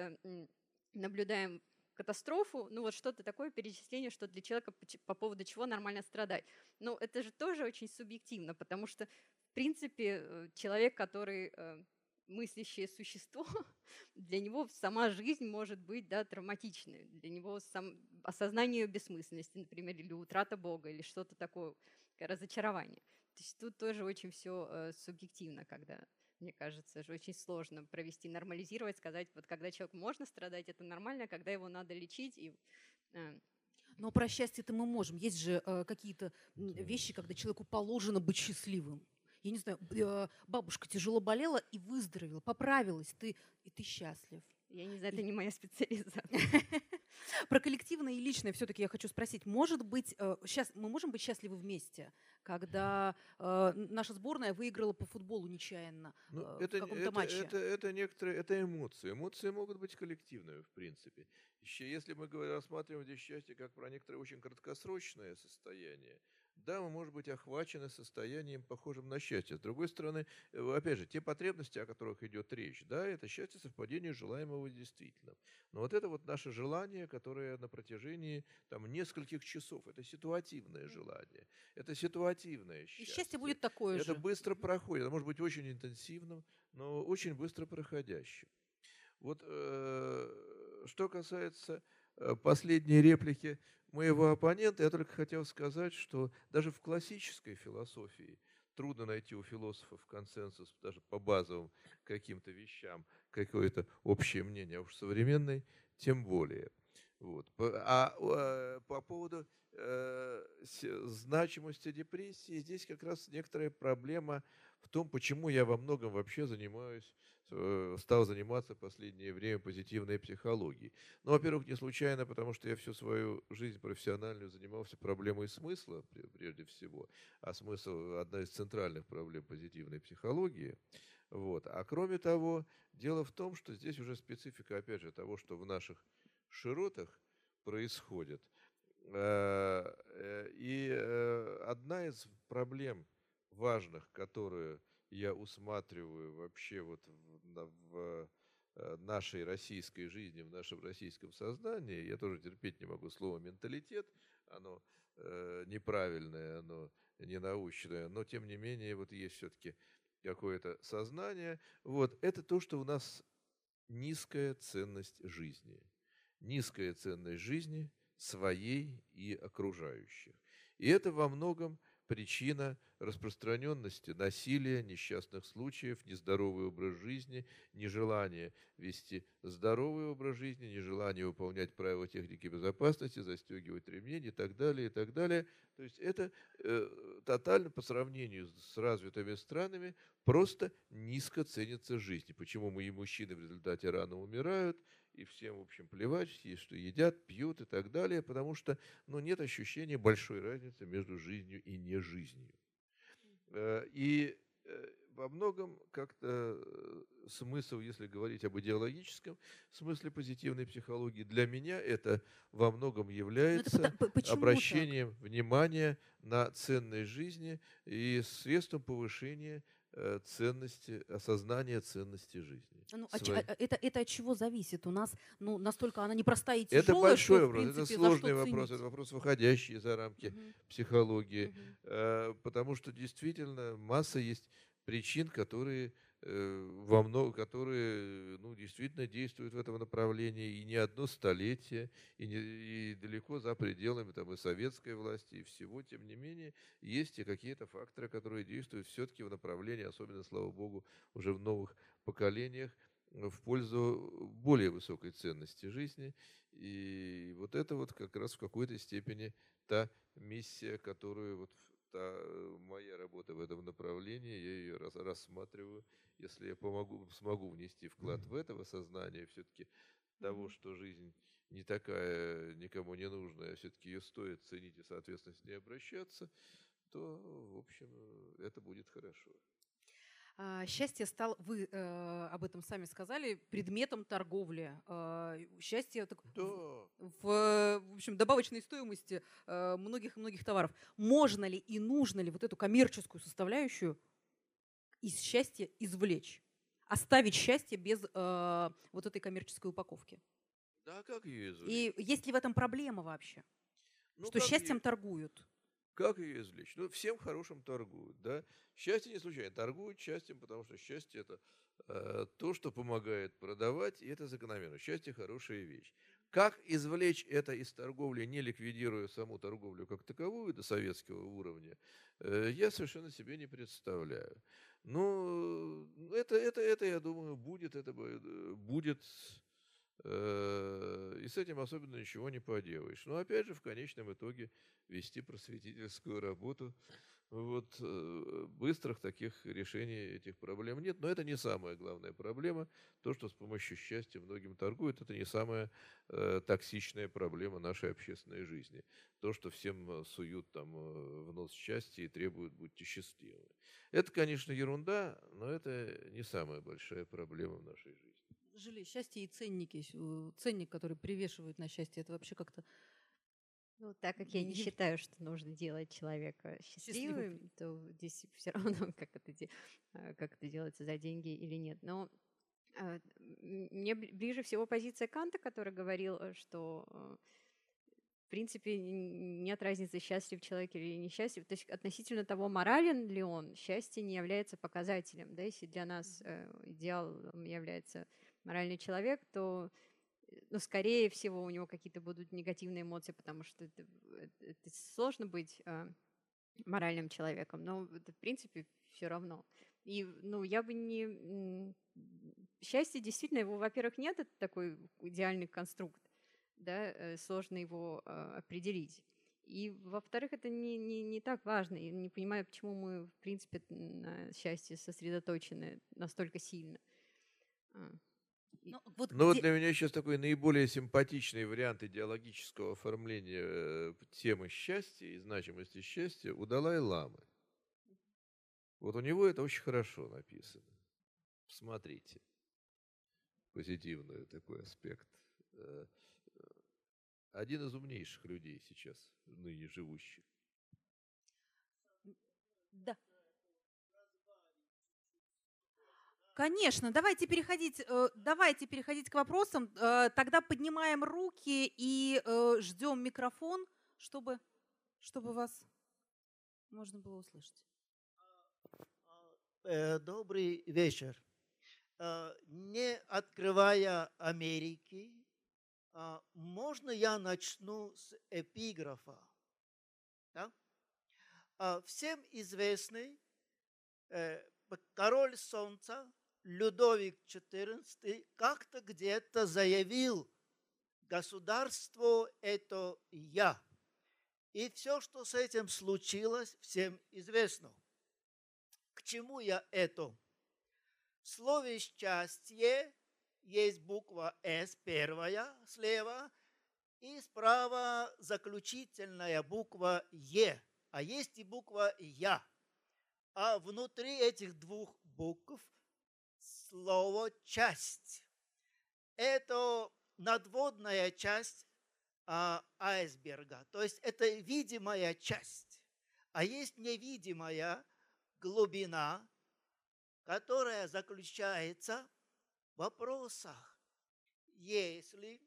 наблюдаем катастрофу, что-то такое перечисление, что для человека по поводу чего нормально страдать. Но это же тоже очень субъективно, потому что, в принципе, человек, который мыслящее существо, для него сама жизнь может быть травматичной. Для него осознание бессмысленности, например, или утрата Бога, или что-то такое, разочарование. То есть тут тоже очень все субъективно, когда... Мне кажется, же очень сложно нормализировать, сказать, вот когда человеку можно страдать, это нормально, когда его надо лечить. Но про счастье-то мы можем. Есть же какие-то вещи, когда человеку положено быть счастливым. Я не знаю, бабушка тяжело болела и выздоровела, поправилась, и ты счастлив. Я не знаю, это не моя специализация. Про коллективное и личное все-таки я хочу спросить. Может быть, мы можем быть счастливы вместе, когда наша сборная выиграла по футболу нечаянно в каком-то матче? Это эмоции. Эмоции могут быть коллективными, в принципе. Еще если мы рассматриваем здесь счастье как про некоторое очень краткосрочное состояние, да, мы, может быть, охвачены состоянием, похожим на счастье. С другой стороны, опять же, те потребности, о которых идет речь, да, это счастье совпадение желаемого с действительным. Но вот это вот наше желание, которое на протяжении там нескольких часов, это ситуативное желание, это ситуативное И счастье счастье. будет такое Это же. быстро проходит, это может быть очень интенсивным, но очень быстро проходящим. Вот что касается последней реплики моего оппонента, я только хотел сказать, что даже в классической философии трудно найти у философов консенсус даже по базовым каким-то вещам, какое-то общее мнение, а уж современной тем более. Вот. По поводу значимости депрессии, здесь как раз некоторая проблема в том, почему я во многом вообще стал заниматься в последнее время позитивной психологией. Ну, во-первых, не случайно, потому что я всю свою жизнь профессиональную занимался проблемой смысла, прежде всего. А смысл – одна из центральных проблем позитивной психологии. Вот. А кроме того, дело в том, что здесь уже специфика, опять же, того, что в наших широтах происходит. Одна из проблем важных, которую я усматриваю вообще вот в нашей российской жизни, в нашем российском сознании, я тоже терпеть не могу слово «менталитет», оно неправильное, оно ненаучное, но тем не менее вот есть все-таки какое-то сознание. Вот это то, что у нас низкая ценность жизни. Низкая ценность жизни своей и окружающих. И это во многом причина распространенности насилия, несчастных случаев, нездоровый образ жизни, нежелание вести здоровый образ жизни, нежелание выполнять правила техники безопасности, застегивать ремни и так далее, и так далее. То есть это тотально по сравнению с развитыми странами просто низко ценится жизнь. Почему мы и мужчины в результате рано умирают, и всем, в общем, плевать, есть что едят, пьют и так далее, потому что нет ощущения большой разницы между жизнью и не жизнью. И во многом как-то смысл, если говорить об идеологическом смысле позитивной психологии, для меня это во многом является обращением внимания на ценность жизни и средством повышения ценности, осознания ценности жизни. Это от чего зависит? У нас настолько она непростая и Это тяжелая, большой что, в вопрос, принципе, это сложный за что вопрос, ценить? это вопрос, выходящий за рамки психологии, потому что действительно масса есть причин, которые которые действительно действуют в этом направлении и не одно столетие, и далеко за пределами там, и советской власти, и всего. Тем не менее, есть и какие-то факторы, которые действуют все-таки в направлении, особенно, слава богу, уже в новых поколениях, в пользу более высокой ценности жизни. И вот это вот как раз в какой-то степени та миссия, которую моя работа в этом направлении, я ее рассматриваю. Если я смогу внести вклад в это сознание все-таки того, что жизнь не такая, никому не нужная, а все-таки ее стоит ценить и, соответственно, с ней обращаться, то, в общем, это будет хорошо. Счастье вы об этом сами сказали, предметом торговли. Счастье в общем, добавочной стоимости многих товаров. Можно ли и нужно ли вот эту коммерческую составляющую из счастья извлечь? Оставить счастье без вот этой коммерческой упаковки? Да, как ее извлечь? И есть ли в этом проблема вообще? Что счастьем торгуют? Как ее извлечь? Всем хорошим торгуют, да. Счастье не случайно. Торгуют счастьем, потому что счастье – это то, что помогает продавать, и это закономерно. Счастье – хорошая вещь. Как извлечь это из торговли, не ликвидируя саму торговлю как таковую до советского уровня, я совершенно себе не представляю. Но это я думаю, будет и с этим особенно ничего не поделаешь. Но опять же, в конечном итоге вести просветительскую работу. Быстрых таких решений этих проблем нет. Но это не самая главная проблема. То, что с помощью счастья многим торгуют, это не самая токсичная проблема нашей общественной жизни. То, что всем суют там в нос счастье и требуют «будьте счастливы». Это, конечно, ерунда, но это не самая большая проблема в нашей жизни. Счастье и ценники. Ценник, который привешивают на счастье, это вообще как-то Ну, так как я не считаю, что нужно делать человека счастливым, то здесь все равно, как это делается за деньги или нет. Но мне ближе всего позиция Канта, который говорил, что в принципе нет разницы, счастлив человек или несчастлив. То есть относительно того, морален ли он, счастье не является показателем. Да? Если для нас идеалом является моральный человек, то скорее всего, у него какие-то будут негативные эмоции, потому что это сложно быть моральным человеком, но это, в принципе, все равно. И, я бы не... Счастье, действительно, его, во-первых, нет, это такой идеальный конструкт, да, сложно его определить. И, во-вторых, это не так важно. Я не понимаю, почему мы, в принципе, на счастье сосредоточены настолько сильно. Вот для меня сейчас такой наиболее симпатичный вариант идеологического оформления темы счастья и значимости счастья у Далай-ламы. Вот у него это очень хорошо написано. Посмотрите. Позитивный такой аспект. Один из умнейших людей сейчас, ныне живущих. Да. Конечно, давайте переходить к вопросам. Тогда поднимаем руки и ждем микрофон, чтобы вас можно было услышать. Добрый вечер. Не открывая Америки, можно я начну с эпиграфа? Да? Всем известный король солнца Людовик XIV как-то где-то заявил: государство – это я. И все, что с этим случилось, всем известно. К чему я это? В слове «счастье» есть буква «С» первая слева, и справа заключительная буква «Е», а есть и буква «Я». А внутри этих двух букв слово «часть». Это надводная часть айсберга, то есть это видимая часть. А есть невидимая глубина, которая заключается в вопросах. Если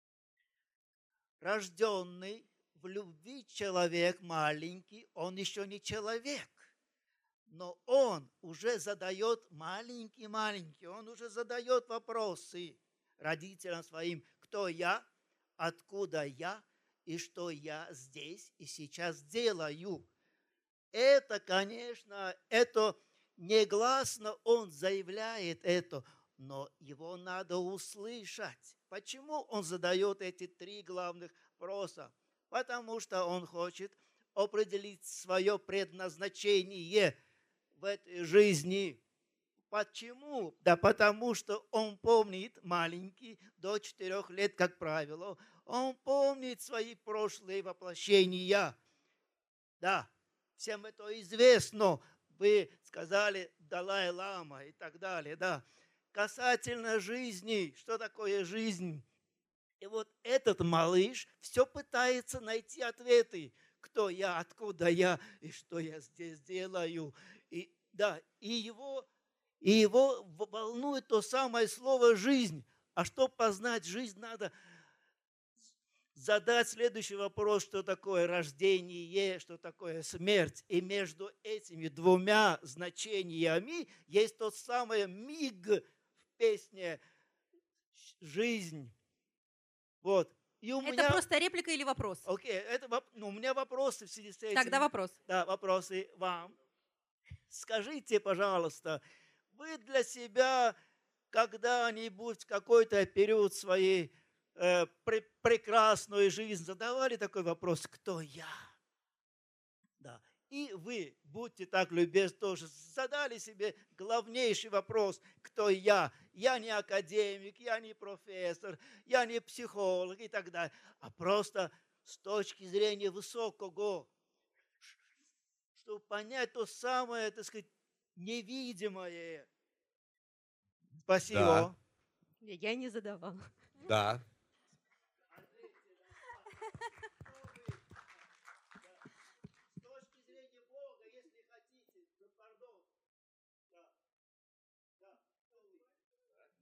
рожденный в любви человек маленький, он еще не человек, но он уже задает маленький, он уже задает вопросы родителям своим: кто я, откуда я и что я здесь и сейчас делаю. Это, конечно, это негласно он заявляет это, но его надо услышать. Почему он задает эти три главных вопроса? Потому что он хочет определить свое предназначение в этой жизни. Почему? Да потому что он помнит, маленький, до 4 лет, как правило, он помнит свои прошлые воплощения. Да, всем это известно. Вы сказали Далай-лама и так далее, да. Касательно жизни, что такое жизнь? И вот этот малыш все пытается найти ответы. Кто я, откуда я и что я здесь делаю. И, да, и его волнует то самое слово «жизнь». А чтобы познать жизнь, надо задать следующий вопрос: что такое рождение, что такое смерть. И между этими двумя значениями есть тот самый миг в песне «Жизнь». Вот. И это просто реплика или вопрос? Окей, у меня вопросы в связи с этим. Тогда вопрос. Да, вопросы вам. Скажите, пожалуйста, вы для себя когда-нибудь в какой-то период своей прекрасную жизнь задавали такой вопрос: кто я? Да. И вы, будьте так любезны, тоже задали себе главнейший вопрос: кто я? Я не академик, я не профессор, я не психолог и так далее, а просто с точки зрения высокого, чтобы понять то самое, так сказать, невидимое. Спасибо. Да. Я не задавала. Да.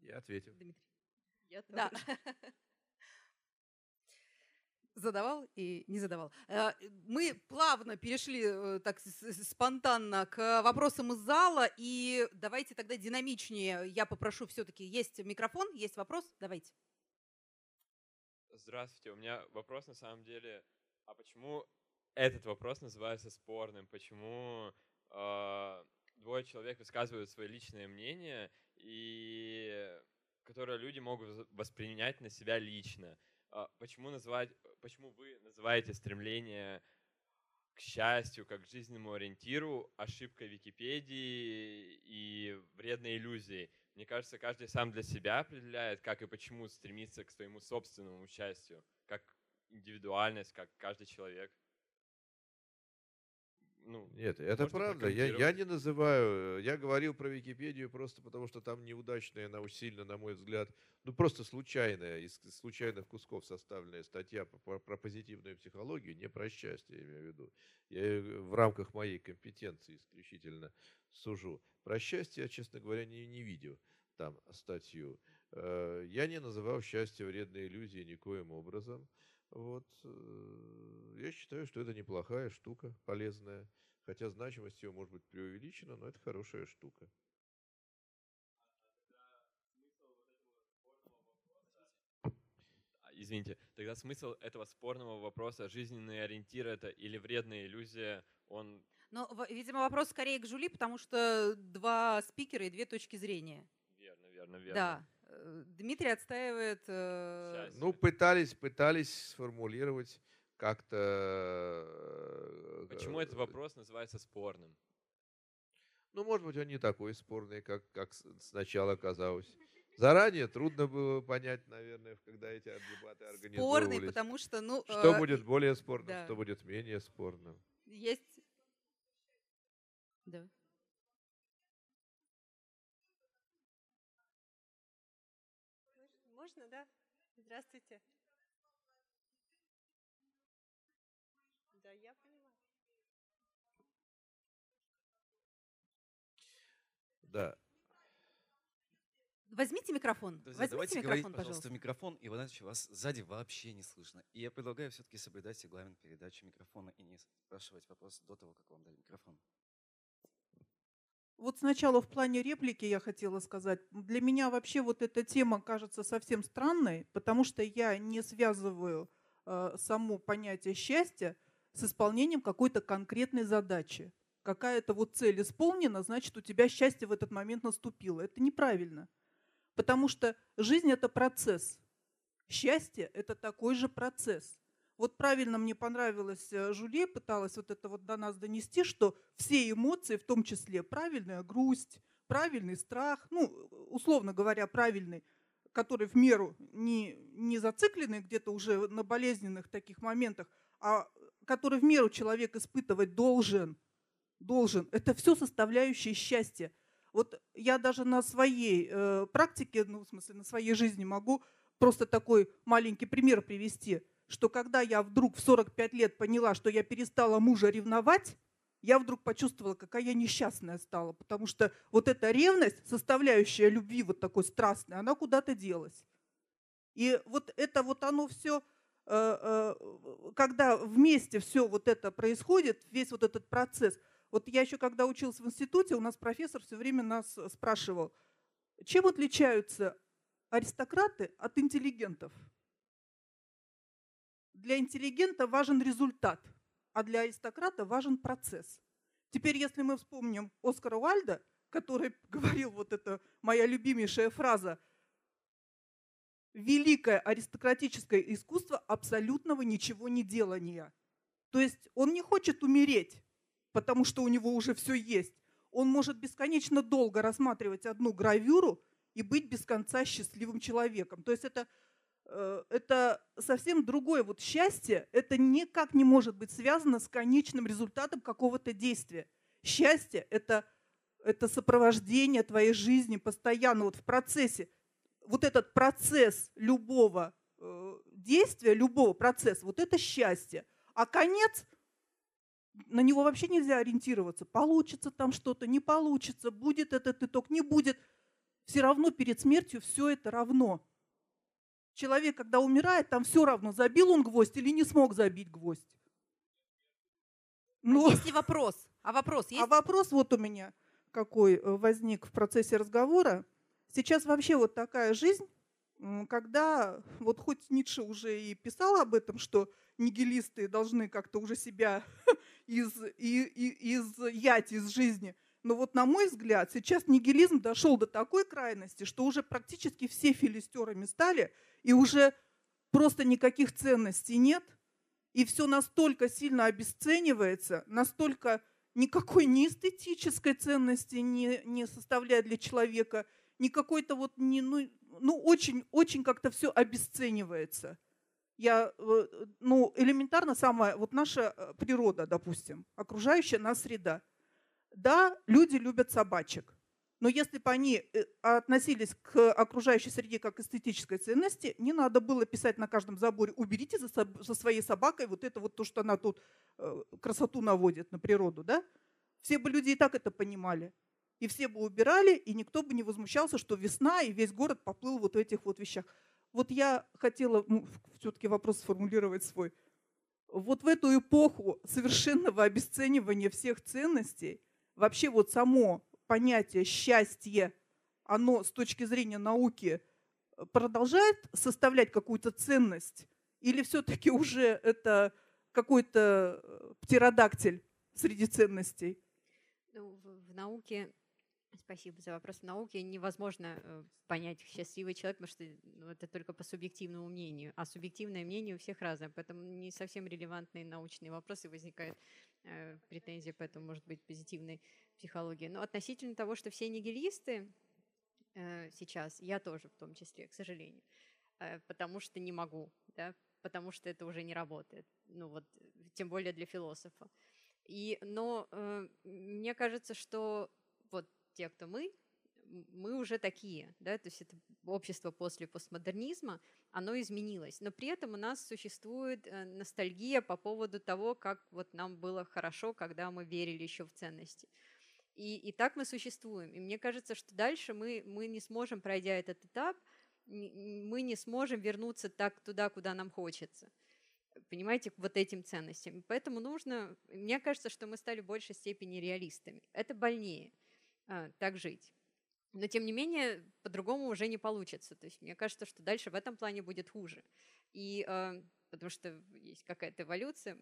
Я ответил. Дмитрий. Я тоже. Да. Задавал и не задавал. Мы плавно перешли так спонтанно к вопросам из зала, и давайте тогда динамичнее. Я попрошу все-таки, есть микрофон, есть вопрос, давайте. Здравствуйте, у меня вопрос на самом деле, а почему этот вопрос называется спорным? Почему двое человек высказывают свое личное мнение, и которое люди могут воспринять на себя лично? Почему вы называете стремление к счастью, как к жизненному ориентиру ошибкой Википедии и вредной иллюзией? Мне кажется, каждый сам для себя определяет, как и почему стремится к своему собственному счастью, как индивидуальность, как каждый человек. Нет, это правда. Я не называю, я говорил про Википедию просто потому, что там неудачная, она сильно, на мой взгляд, просто случайная, из случайных кусков составленная статья про позитивную психологию, не про счастье, я имею в виду. Я в рамках моей компетенции исключительно сужу. Про счастье я, честно говоря, не видел там статью. Я не называл счастье вредной иллюзией никоим образом. Вот. Я считаю, что это неплохая штука, полезная. Хотя значимость ее может быть преувеличена, но это хорошая штука. Извините, тогда смысл этого спорного вопроса, жизненный ориентир это или вредная иллюзия, он... Ну, видимо, вопрос скорее к Жюли, потому что два спикера и две точки зрения. Верно. Да. Дмитрий отстаивает... Пытались сформулировать как-то... Почему этот вопрос называется спорным? Может быть, он не такой спорный, как сначала казалось. Заранее трудно было понять, наверное, когда эти дебаты организовывались. Спорный, потому что... Что будет более спорным, да. Что будет менее спорным. Есть... Да. Можно, да? Здравствуйте. Да, я поняла. Да. Возьмите микрофон. Друзья, давайте микрофон, говорить, пожалуйста, в микрофон, и иначе вас сзади вообще не слышно. И я предлагаю все-таки соблюдать регламент передачи микрофона и не спрашивать вопросы до того, как вам дали микрофон. Вот сначала в плане реплики я хотела сказать. Для меня вообще вот эта тема кажется совсем странной, потому что я не связываю само понятие счастья с исполнением какой-то конкретной задачи. Какая-то вот цель исполнена, значит, у тебя счастье в этот момент наступило. Это неправильно. Потому что жизнь – это процесс. Счастье – это такой же процесс. Вот правильно мне понравилось, Жюли пыталась вот это вот до нас донести, что все эмоции, в том числе правильная грусть, правильный страх, условно говоря, правильный, который в меру не зацикленный где-то уже на болезненных таких моментах, а который в меру человек испытывать должен. Это все составляющие счастья. Вот я даже на своей практике, в смысле на своей жизни могу просто такой маленький пример привести, что когда я вдруг в 45 лет поняла, что я перестала мужа ревновать, я вдруг почувствовала, какая я несчастная стала, потому что вот эта ревность, составляющая любви вот такой страстной, она куда-то делась. И вот это вот оно все, когда вместе все вот это происходит, весь вот этот процесс. Вот я еще когда училась в институте, у нас профессор все время нас спрашивал, чем отличаются аристократы от интеллигентов? Для интеллигента важен результат, а для аристократа важен процесс. Теперь, если мы вспомним Оскара Уайльда, который говорил, вот это моя любимейшая фраза, великое аристократическое искусство абсолютного ничего не делания. То есть он не хочет умереть, потому что у него уже все есть. Он может бесконечно долго рассматривать одну гравюру и быть без конца счастливым человеком. То есть это совсем другое вот счастье, это никак не может быть связано с конечным результатом какого-то действия. Счастье – это сопровождение твоей жизни постоянно вот в процессе. Вот этот процесс любого действия, любого процесса, вот это счастье. А конец, на него вообще нельзя ориентироваться. Получится там что-то, не получится, будет этот итог, не будет. Все равно перед смертью все это равно. Человек, когда умирает, там все равно, забил он гвоздь или не смог забить гвоздь. Но... есть ли вопрос? Вопрос есть? Вопрос вот у меня какой возник в процессе разговора. Сейчас вообще вот такая жизнь, когда вот хоть Ницше уже и писал об этом, что нигилисты должны как-то уже себя изъять из жизни. Но вот на мой взгляд, сейчас нигилизм дошел до такой крайности, что уже практически все филистерами стали, и уже просто никаких ценностей нет, и все настолько сильно обесценивается, настолько никакой ни эстетической ценности не составляет для человека, ни какой-то вот, очень как-то все обесценивается. Элементарно самая, вот наша природа, допустим, окружающая нас среда. Да, люди любят собачек, но если бы они относились к окружающей среде как к эстетической ценности, не надо было писать на каждом заборе: уберите за своей собакой вот это вот то, что она тут красоту наводит на природу. Да? Все бы люди и так это понимали. И все бы убирали, и никто бы не возмущался, что весна, и весь город поплыл вот в этих вот вещах. Вот я хотела все-таки вопрос сформулировать свой. Вот в эту эпоху совершенного обесценивания всех ценностей, вообще вот само понятие счастье, оно с точки зрения науки продолжает составлять какую-то ценность? Или все-таки уже это какой-то птеродактиль среди ценностей? В науке, спасибо за вопрос, в науке невозможно понять, счастливый человек, потому что это только по субъективному мнению, а субъективное мнение у всех разное, поэтому не совсем релевантные научные вопросы возникают, претензии, поэтому может быть позитивной психологии. Но относительно того, что все нигилисты сейчас, я тоже в том числе, к сожалению, потому что не могу, да, потому что это уже не работает, тем более для философа. Но мне кажется, что вот те, кто мы уже такие, да, то есть это общество после постмодернизма, оно изменилось, но при этом у нас существует ностальгия по поводу того, как вот нам было хорошо, когда мы верили еще в ценности. И так мы существуем. И мне кажется, что дальше мы не сможем, пройдя этот этап, мы не сможем вернуться так туда, куда нам хочется. Понимаете, к вот этим ценностям. Поэтому мне кажется, что мы стали в большей степени реалистами. Это больнее, так жить. Но, тем не менее, по-другому уже не получится. То есть мне кажется, что дальше в этом плане будет хуже. Потому что есть какая-то эволюция.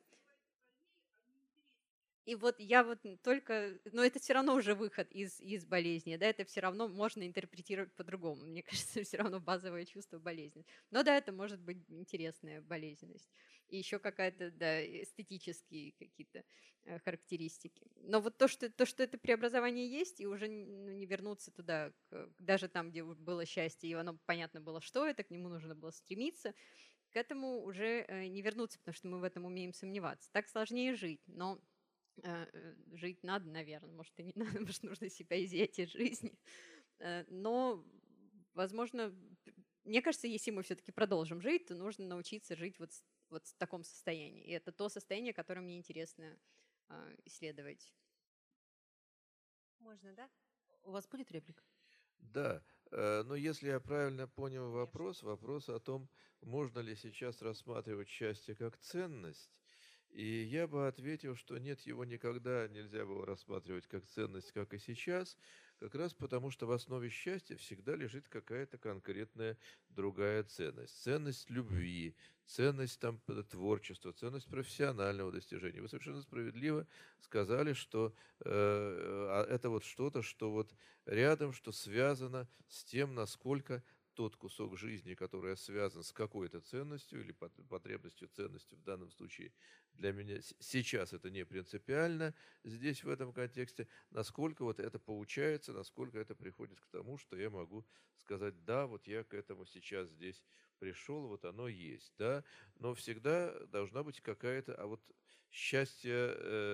И вот я вот только... Но это все равно уже выход из болезни. Да, это все равно можно интерпретировать по-другому. Мне кажется, все равно базовое чувство болезни. Но да, это может быть интересная болезненность. И еще какая-то, да, эстетические какие-то характеристики. Но вот то, что это преобразование есть, и уже не вернуться туда, даже там, где было счастье, и оно понятно было, что это, к нему нужно было стремиться, к этому уже не вернуться, потому что мы в этом умеем сомневаться. Так сложнее жить, но жить надо, наверное, может, и не надо, может, нужно себя изъять из жизни. Но, возможно, мне кажется, если мы все-таки продолжим жить, то нужно научиться жить вот в таком состоянии. И это то состояние, которое мне интересно исследовать. Можно, да? У вас будет реплика? Да, но если я правильно понял вопрос о том, можно ли сейчас рассматривать счастье как ценность, и я бы ответил, что нет, его никогда нельзя было рассматривать как ценность, как и сейчас, как раз потому, что в основе счастья всегда лежит какая-то конкретная другая ценность. Ценность любви, ценность творчества, ценность профессионального достижения. Вы совершенно справедливо сказали, что это вот что-то, что вот рядом, что связано с тем, насколько тот кусок жизни, который связан с какой-то ценностью или потребностью, ценностью в данном случае для меня сейчас это не принципиально здесь в этом контексте, насколько вот это получается, насколько это приходит к тому, что я могу сказать: да, вот я к этому сейчас здесь пришел, вот оно есть, да, но всегда должна быть какая-то, а вот счастье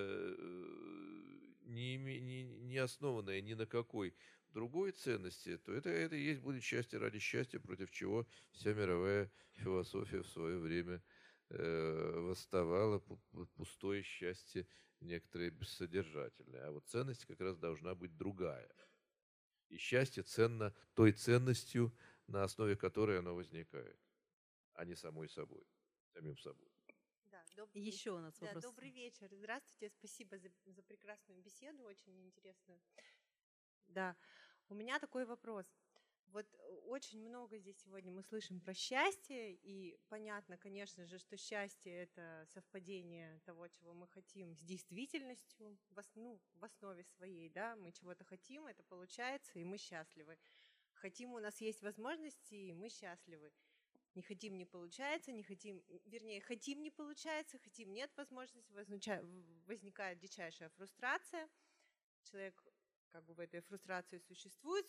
не основанное ни на какой другой ценности, то это и есть будет счастье ради счастья, против чего вся мировая философия в свое время восставала, пустое счастье некоторое бессодержательное. А вот ценность как раз должна быть другая. И счастье ценно той ценностью, на основе которой оно возникает, а не самим собой. Да, Еще у нас да, вопрос. добрый вечер. Здравствуйте, спасибо за прекрасную беседу, очень интересную. Да, у меня такой вопрос. Вот очень много здесь сегодня мы слышим про счастье, и понятно, конечно же, что счастье — это совпадение того, чего мы хотим, с действительностью, в основе своей, да, мы чего-то хотим, это получается, и мы счастливы. Хотим, у нас есть возможности, и мы счастливы. Не хотим, не получается, не хотим, вернее, хотим, не получается, хотим, нет возможности, возникает дичайшая фрустрация. Человек как бы в этой фрустрации существует.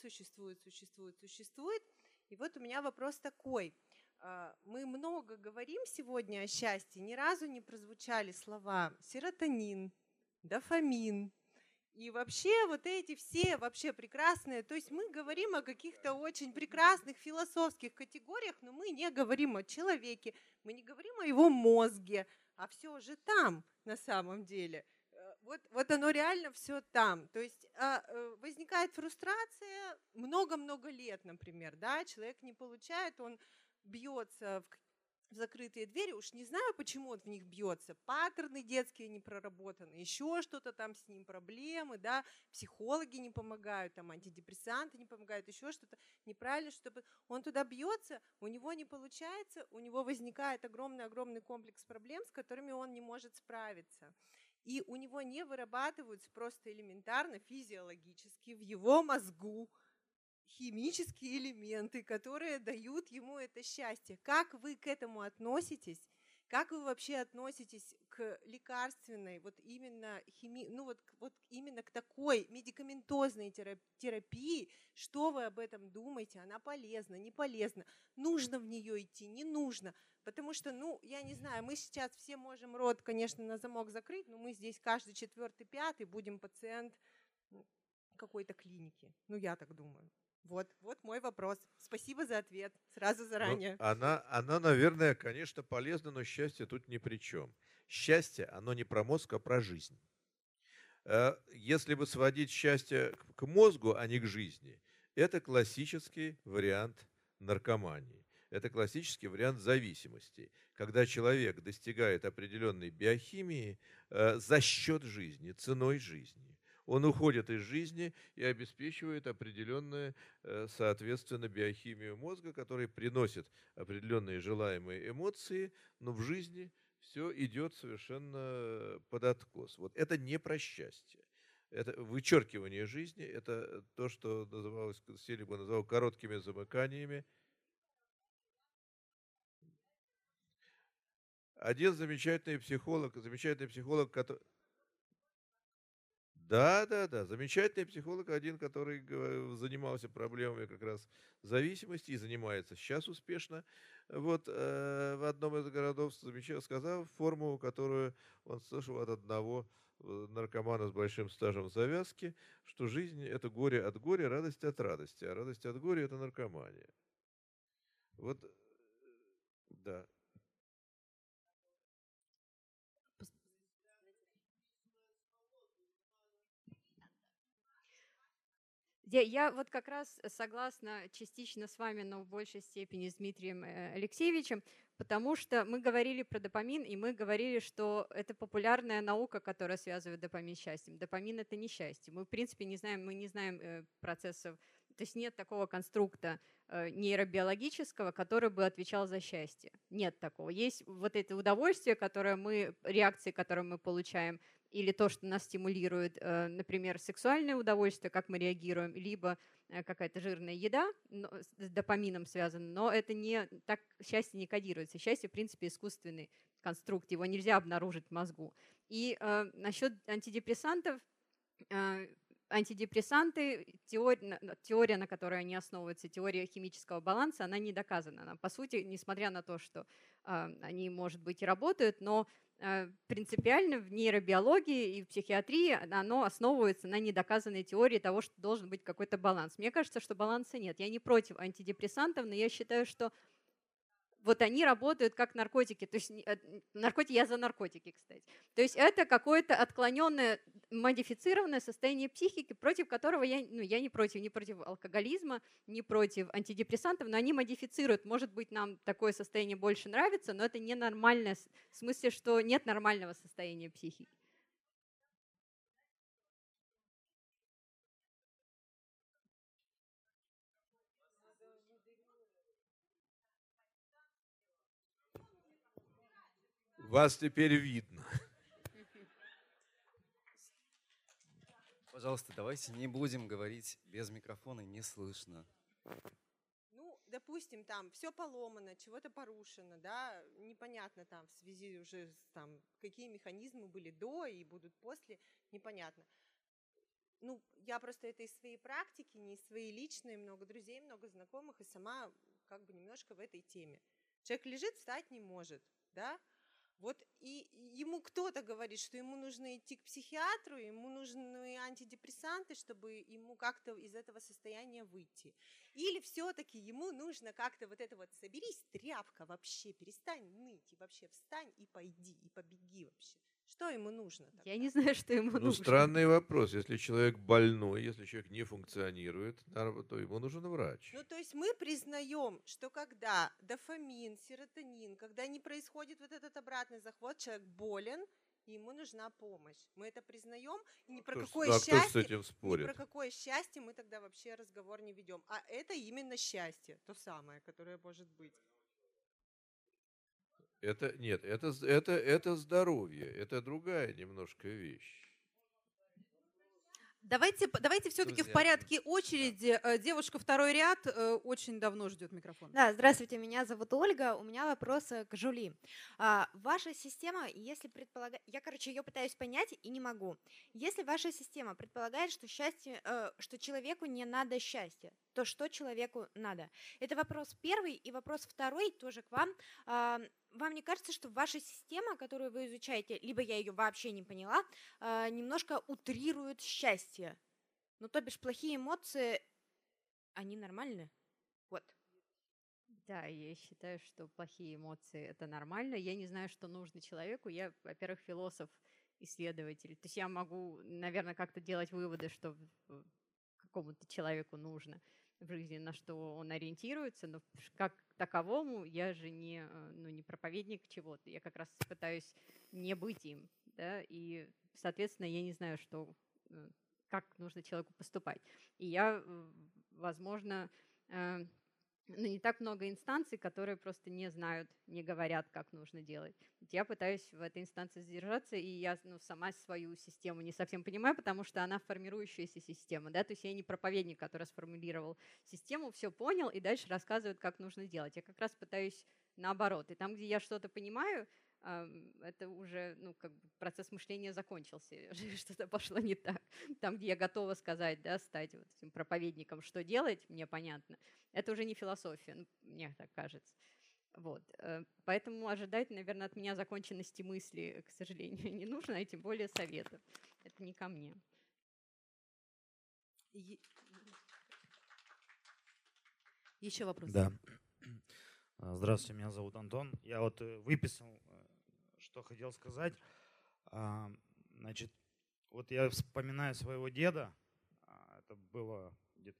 И вот у меня вопрос такой. Мы много говорим сегодня о счастье, ни разу не прозвучали слова серотонин, дофамин. И вообще вот эти все вообще прекрасные, то есть мы говорим о каких-то очень прекрасных философских категориях, но мы не говорим о человеке, мы не говорим о его мозге, а все же там на самом деле. Вот оно реально все там. То есть возникает фрустрация много-много лет, например, да, человек не получает, он бьется в закрытые двери, уж не знаю, почему он в них бьется, паттерны детские не проработаны, еще что-то там с ним, проблемы, да, психологи не помогают, там антидепрессанты не помогают, еще что-то неправильно, чтобы он туда бьется, у него не получается, у него возникает огромный комплекс проблем, с которыми он не может справиться. И у него не вырабатываются просто элементарно физиологически в его мозгу химические элементы, которые дают ему это счастье. Как вы к этому относитесь? Как вы вообще относитесь к лекарственной, вот именно именно к такой медикаментозной терапии? Что вы об этом думаете? Она полезна, не полезна? Нужно в нее идти, не нужно? Потому что, я не знаю, мы сейчас все можем рот, конечно, на замок закрыть, но мы здесь каждый 4-й, 5-й будем пациент какой-то клиники. Я так думаю. Вот мой вопрос. Спасибо за ответ. Сразу заранее. Она, наверное, конечно, полезна, но счастье тут ни при чем. Счастье, оно не про мозг, а про жизнь. Если бы сводить счастье к мозгу, а не к жизни, это классический вариант наркомании. Это классический вариант зависимости, когда человек достигает определенной биохимии за счет жизни, ценой жизни. Он уходит из жизни и обеспечивает определенную, соответственно, биохимию мозга, которая приносит определенные желаемые эмоции, но в жизни все идет совершенно под откос. Вот это не про счастье. Это вычеркивание жизни, это то, что называлось, Селигман называл короткими замыканиями. Один замечательный психолог, который... Да, замечательный психолог, один, который занимался проблемами как раз зависимости и занимается сейчас успешно. Вот в одном из городов сказал формулу, которую он слышал от одного наркомана с большим стажем завязки, что жизнь — это горе от горя, радость от радости, а радость от горя — это наркомания. Вот, да. Я вот как раз согласна частично с вами, но в большей степени с Дмитрием Алексеевичем, потому что мы говорили про допамин, и мы говорили, что это популярная наука, которая связывает допамин с счастьем. Допамин — это не счастье. Мы, в принципе, не знаем процессов, то есть нет такого конструкта нейробиологического, который бы отвечал за счастье. Нет такого. Есть вот это удовольствие, реакции, которые мы получаем, или то, что нас стимулирует, например, сексуальное удовольствие, как мы реагируем, либо какая-то жирная еда с допамином связана, но это не так, счастье не кодируется. Счастье, в принципе, искусственный конструкт, его нельзя обнаружить в мозгу. И насчет антидепрессантов, теория, на которой они основываются, теория химического баланса, она не доказана. Она, по сути, несмотря на то, что они, может быть, и работают, но принципиально в нейробиологии и в психиатрии оно основывается на недоказанной теории того, что должен быть какой-то баланс. Мне кажется, что баланса нет. Я не против антидепрессантов, но я считаю, что вот они работают как наркотики. То есть наркотики, я за наркотики, кстати. То есть это какое-то отклоненное, модифицированное состояние психики, против которого я не против алкоголизма, не против антидепрессантов, но они модифицируют. Может быть, нам такое состояние больше нравится, но это ненормальное, в смысле, что нет нормального состояния психики. Вас теперь видно. Пожалуйста, давайте не будем говорить без микрофона, не слышно. Ну, допустим, там все поломано, чего-то порушено, да, непонятно там в связи уже с там, какие механизмы были до и будут после, непонятно. Ну, я просто это из своей практики, не из своей личной, много друзей, много знакомых, и сама как бы немножко в этой теме. Человек лежит, встать не может, да, вот и ему кто-то говорит, что ему нужно идти к психиатру, ему нужны антидепрессанты, чтобы ему как-то из этого состояния выйти. Или все-таки ему нужно как-то вот это вот соберись, тряпка вообще, перестань ныть, и вообще встань и пойди, и побеги вообще. Что ему нужно тогда? Я не знаю, что ему нужно. Ну, странный вопрос. Если человек больной, если человек не функционирует, то ему нужен врач. Ну, то есть мы признаем, что когда дофамин, серотонин, когда не происходит вот этот обратный захват, человек болен, и ему нужна помощь. Мы это признаем, и ни про какое кто с этим спорит? ни про какое счастье мы тогда вообще разговор не ведем. А это именно счастье, то самое, которое может быть. Это здоровье, это другая немножко вещь. Давайте все-таки в порядке очереди. Девушка, второй ряд, очень давно ждет микрофон. Да, здравствуйте, меня зовут Ольга. У меня вопрос к Жули. Ваша система, если предполагает... Я, ее пытаюсь понять и не могу. Если ваша система предполагает, что что человеку не надо счастья, то что человеку надо? Это вопрос первый. И вопрос второй тоже к вам. Вам не кажется, что ваша система, которую вы изучаете, либо я ее вообще не поняла, немножко утрирует счастье? Ну, то бишь, плохие эмоции, они нормальны? Вот. Да, я считаю, что плохие эмоции – это нормально. Я не знаю, что нужно человеку. Я, во-первых, философ, исследователь. То есть я могу, наверное, как-то делать выводы, что какому-то человеку нужно в жизни, на что он ориентируется, но как таковому я же не проповедник чего-то. Я как раз пытаюсь не быть им, да, и, соответственно, я не знаю, как нужно человеку поступать. И я, возможно, не так много инстанций, которые просто не знают, не говорят, как нужно делать. Я пытаюсь в этой инстанции задержаться, и я сама свою систему не совсем понимаю, потому что она формирующаяся система. Да? То есть я не проповедник, который сформулировал систему, все понял и дальше рассказывает, как нужно делать. Я как раз пытаюсь наоборот. И там, где я что-то понимаю, это уже процесс мышления закончился, что-то пошло не так. Там, где я готова сказать, да, стать вот этим проповедником, что делать, мне понятно, это уже не философия, мне так кажется. Вот. Поэтому ожидать, наверное, от меня законченности мысли, к сожалению, не нужно, и тем более советов. Это не ко мне. Еще вопрос? Да. Здравствуйте, меня зовут Антон. Я вот выписал, что хотел сказать. Значит, вот я вспоминаю своего деда. Это было где-то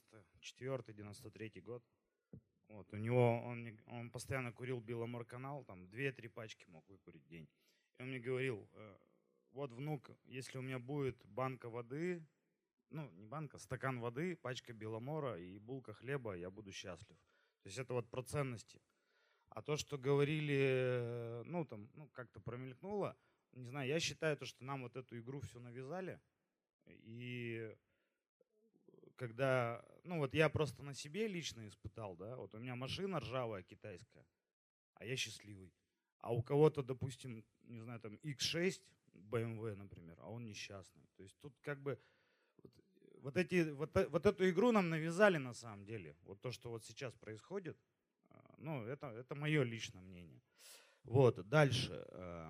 94-93 год. Вот, у него, он постоянно курил Беломорканал, там 2-3 пачки мог выкурить в день. И он мне говорил, вот, внук, если у меня будет банка воды, ну, не банка, стакан воды, пачка Беломора и булка хлеба, я буду счастлив. То есть это вот про ценности. А то, что говорили, как-то промелькнуло, не знаю, я считаю, что нам вот эту игру все навязали. И когда, я просто на себе лично испытал, да, вот у меня машина ржавая китайская, а я счастливый. А у кого-то, допустим, не знаю, там X6, BMW, например, а он несчастный. То есть тут как бы вот эту игру нам навязали на самом деле. Вот то, что вот сейчас происходит, это мое личное мнение. Вот, дальше.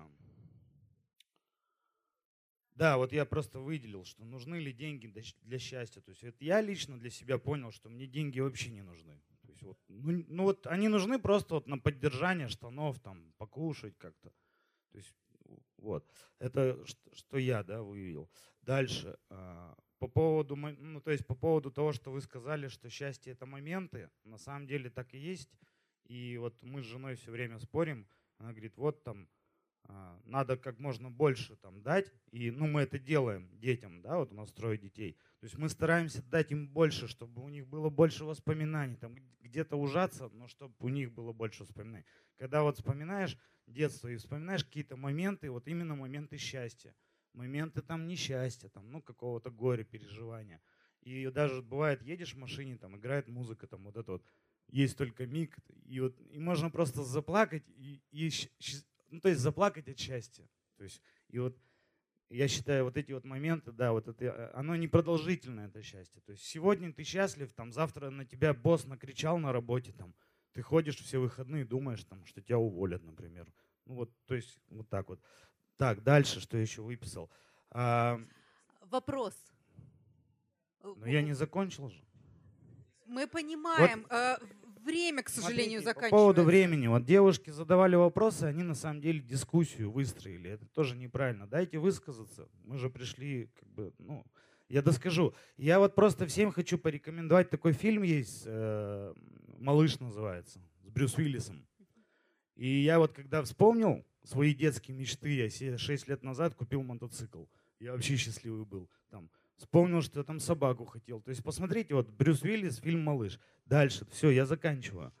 Да, вот я просто выделил, что нужны ли деньги для счастья. То есть это я лично для себя понял, что мне деньги вообще не нужны. То есть есть вот, ну вот они нужны просто вот на поддержание штанов, там, покушать как-то. То есть вот. Это что я, да, выявил. Дальше. По поводу, ну, то есть по поводу того, что вы сказали, что счастье — это моменты, на самом деле так и есть. И вот мы с женой все время спорим. Она говорит, вот там надо как можно больше там дать. И ну, мы это делаем детям, да, вот у нас 3 детей. То есть мы стараемся дать им больше, чтобы у них было больше воспоминаний. Там где-то ужаться, но чтобы у них было больше воспоминаний. Когда вот вспоминаешь детство и вспоминаешь какие-то моменты, вот именно моменты счастья. Моменты там несчастья, там, ну, какого-то горя, переживания. И даже бывает, едешь в машине, там играет музыка, там вот это вот, есть только миг, и вот и можно просто заплакать, ну, то есть заплакать от счастья. То есть, и вот я считаю, вот эти вот моменты, да, вот это, оно непродолжительное, это счастье. То есть сегодня ты счастлив, там, завтра на тебя босс накричал на работе, там, ты ходишь все выходные, думаешь, там, что тебя уволят, например. Ну вот, то есть вот так вот. Так, дальше, что я еще выписал. Вопрос. Но я не закончил же. Мы понимаем. Вот, время, к сожалению, смотрите, заканчивается. По поводу времени. Вот девушки задавали вопросы, они на самом деле дискуссию выстроили. Это тоже неправильно. Дайте высказаться. Мы же пришли, как бы, ну, я доскажу. Я вот просто всем хочу порекомендовать. Такой фильм есть, «Малыш» называется, с Брюс Уиллисом. И я вот когда вспомнил свои детские мечты, я себе 6 лет назад купил мотоцикл. Я вообще счастливый был. Там, вспомнил, что я там собаку хотел. То есть посмотрите, вот Брюс Уиллис, фильм «Малыш». Дальше, все, я заканчиваю.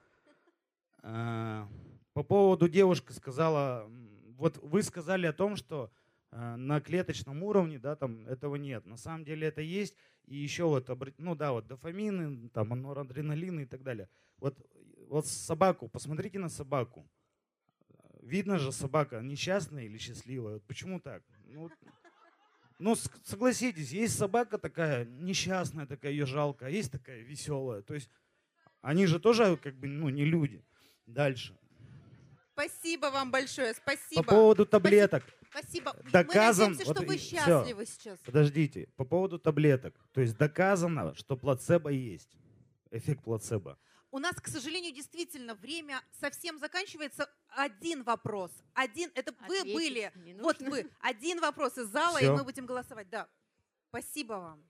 По поводу девушка сказала, вот вы сказали о том, что на клеточном уровне, да, там этого нет. На самом деле это есть. И еще вот, ну да, вот дофамины, там, норадреналины и так далее. Вот собаку, посмотрите на собаку. Видно же, собака несчастная или счастливая. Почему так? Ну, согласитесь, есть собака такая несчастная, такая, ее жалко, а есть такая веселая. То есть они же тоже как бы, ну, не люди. Дальше. Спасибо вам большое, спасибо. По поводу таблеток. Спасибо. Доказан, Мы надеемся, что вы всё. счастливы сейчас. Подождите, по поводу таблеток. То есть доказано, что плацебо есть. Эффект плацебо. У нас, к сожалению, действительно время совсем заканчивается. Один вопрос. Это вы Ответить были. не Вот нужно. вы. Один вопрос из зала, Всё. и мы будем голосовать. Да. Спасибо вам.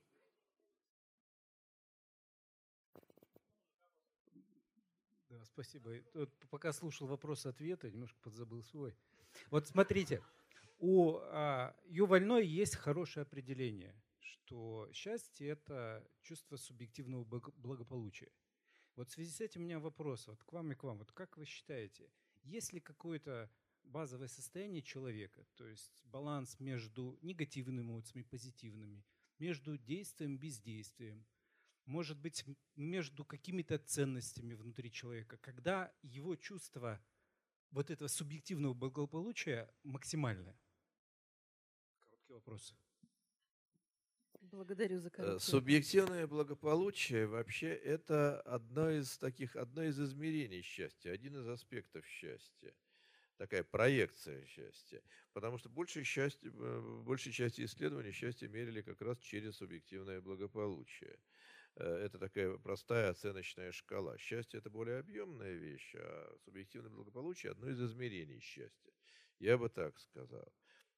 Да, спасибо. Вот пока слушал вопрос-ответы, немножко подзабыл свой. Вот смотрите, у Юваль Ной есть хорошее определение, что счастье – это чувство субъективного благополучия. Вот в связи с этим у меня вопрос вот к вам и к вам. Вот как вы считаете, есть ли какое-то базовое состояние человека, то есть баланс между негативными эмоциями, позитивными, между действием и бездействием, может быть, между какими-то ценностями внутри человека, когда его чувство вот этого субъективного благополучия максимальное? Короткий вопрос. Благодарю за короткий Субъективное благополучие вообще это одно из измерений счастья, один из аспектов счастья. Такая проекция счастья. Потому что большей части исследований счастье мерили как раз через субъективное благополучие. Это такая простая оценочная шкала. Счастье – это более объемная вещь, а субъективное благополучие – одно из измерений счастья. Я бы так сказал.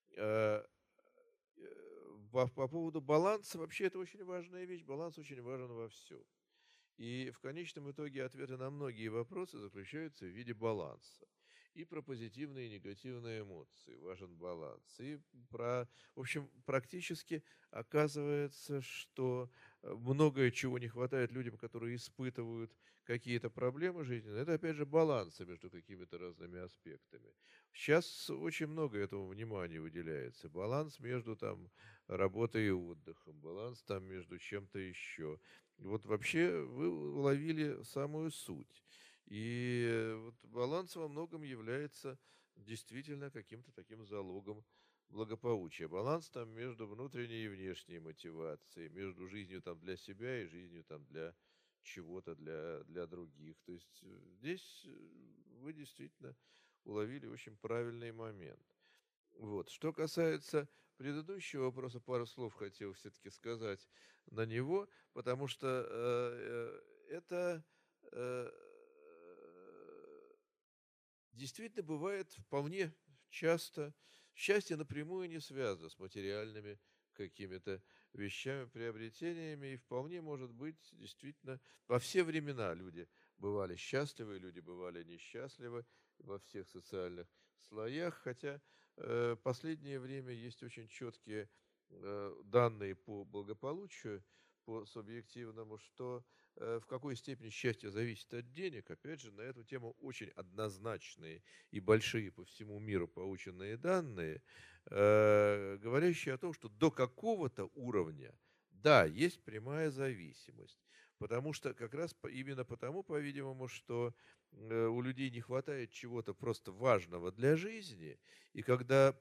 По поводу баланса, вообще это очень важная вещь. Баланс очень важен во всем. И в конечном итоге ответы на многие вопросы заключаются в виде баланса. И про позитивные и негативные эмоции важен баланс. И в общем, практически оказывается, что многое чего не хватает людям, которые испытывают какие-то проблемы жизненные, это опять же баланса между какими-то разными аспектами. Сейчас очень много этому внимания уделяется. Баланс между там работой и отдыхом, баланс там между чем-то еще. Вот вообще вы уловили самую суть. И вот баланс во многом является действительно каким-то таким залогом благополучия. Баланс там между внутренней и внешней мотивацией, между жизнью там для себя и жизнью там для чего-то, для других. То есть здесь вы действительно уловили очень правильный момент. Вот. Что касается предыдущего вопроса, пару слов хотел все-таки сказать на него, потому что это действительно бывает вполне часто счастье напрямую не связано с материальными какими-то вещами, приобретениями, и вполне может быть действительно во все времена люди бывали счастливы, люди бывали несчастливы во всех социальных слоях, хотя в последнее время есть очень четкие данные по благополучию, по субъективному, что в какой степени счастье зависит от денег. Опять же, на эту тему очень однозначные и большие по всему миру полученные данные, говорящие о том, что до какого-то уровня, да, есть прямая зависимость. Потому что как раз именно потому, по-видимому, что у людей не хватает чего-то просто важного для жизни, и когда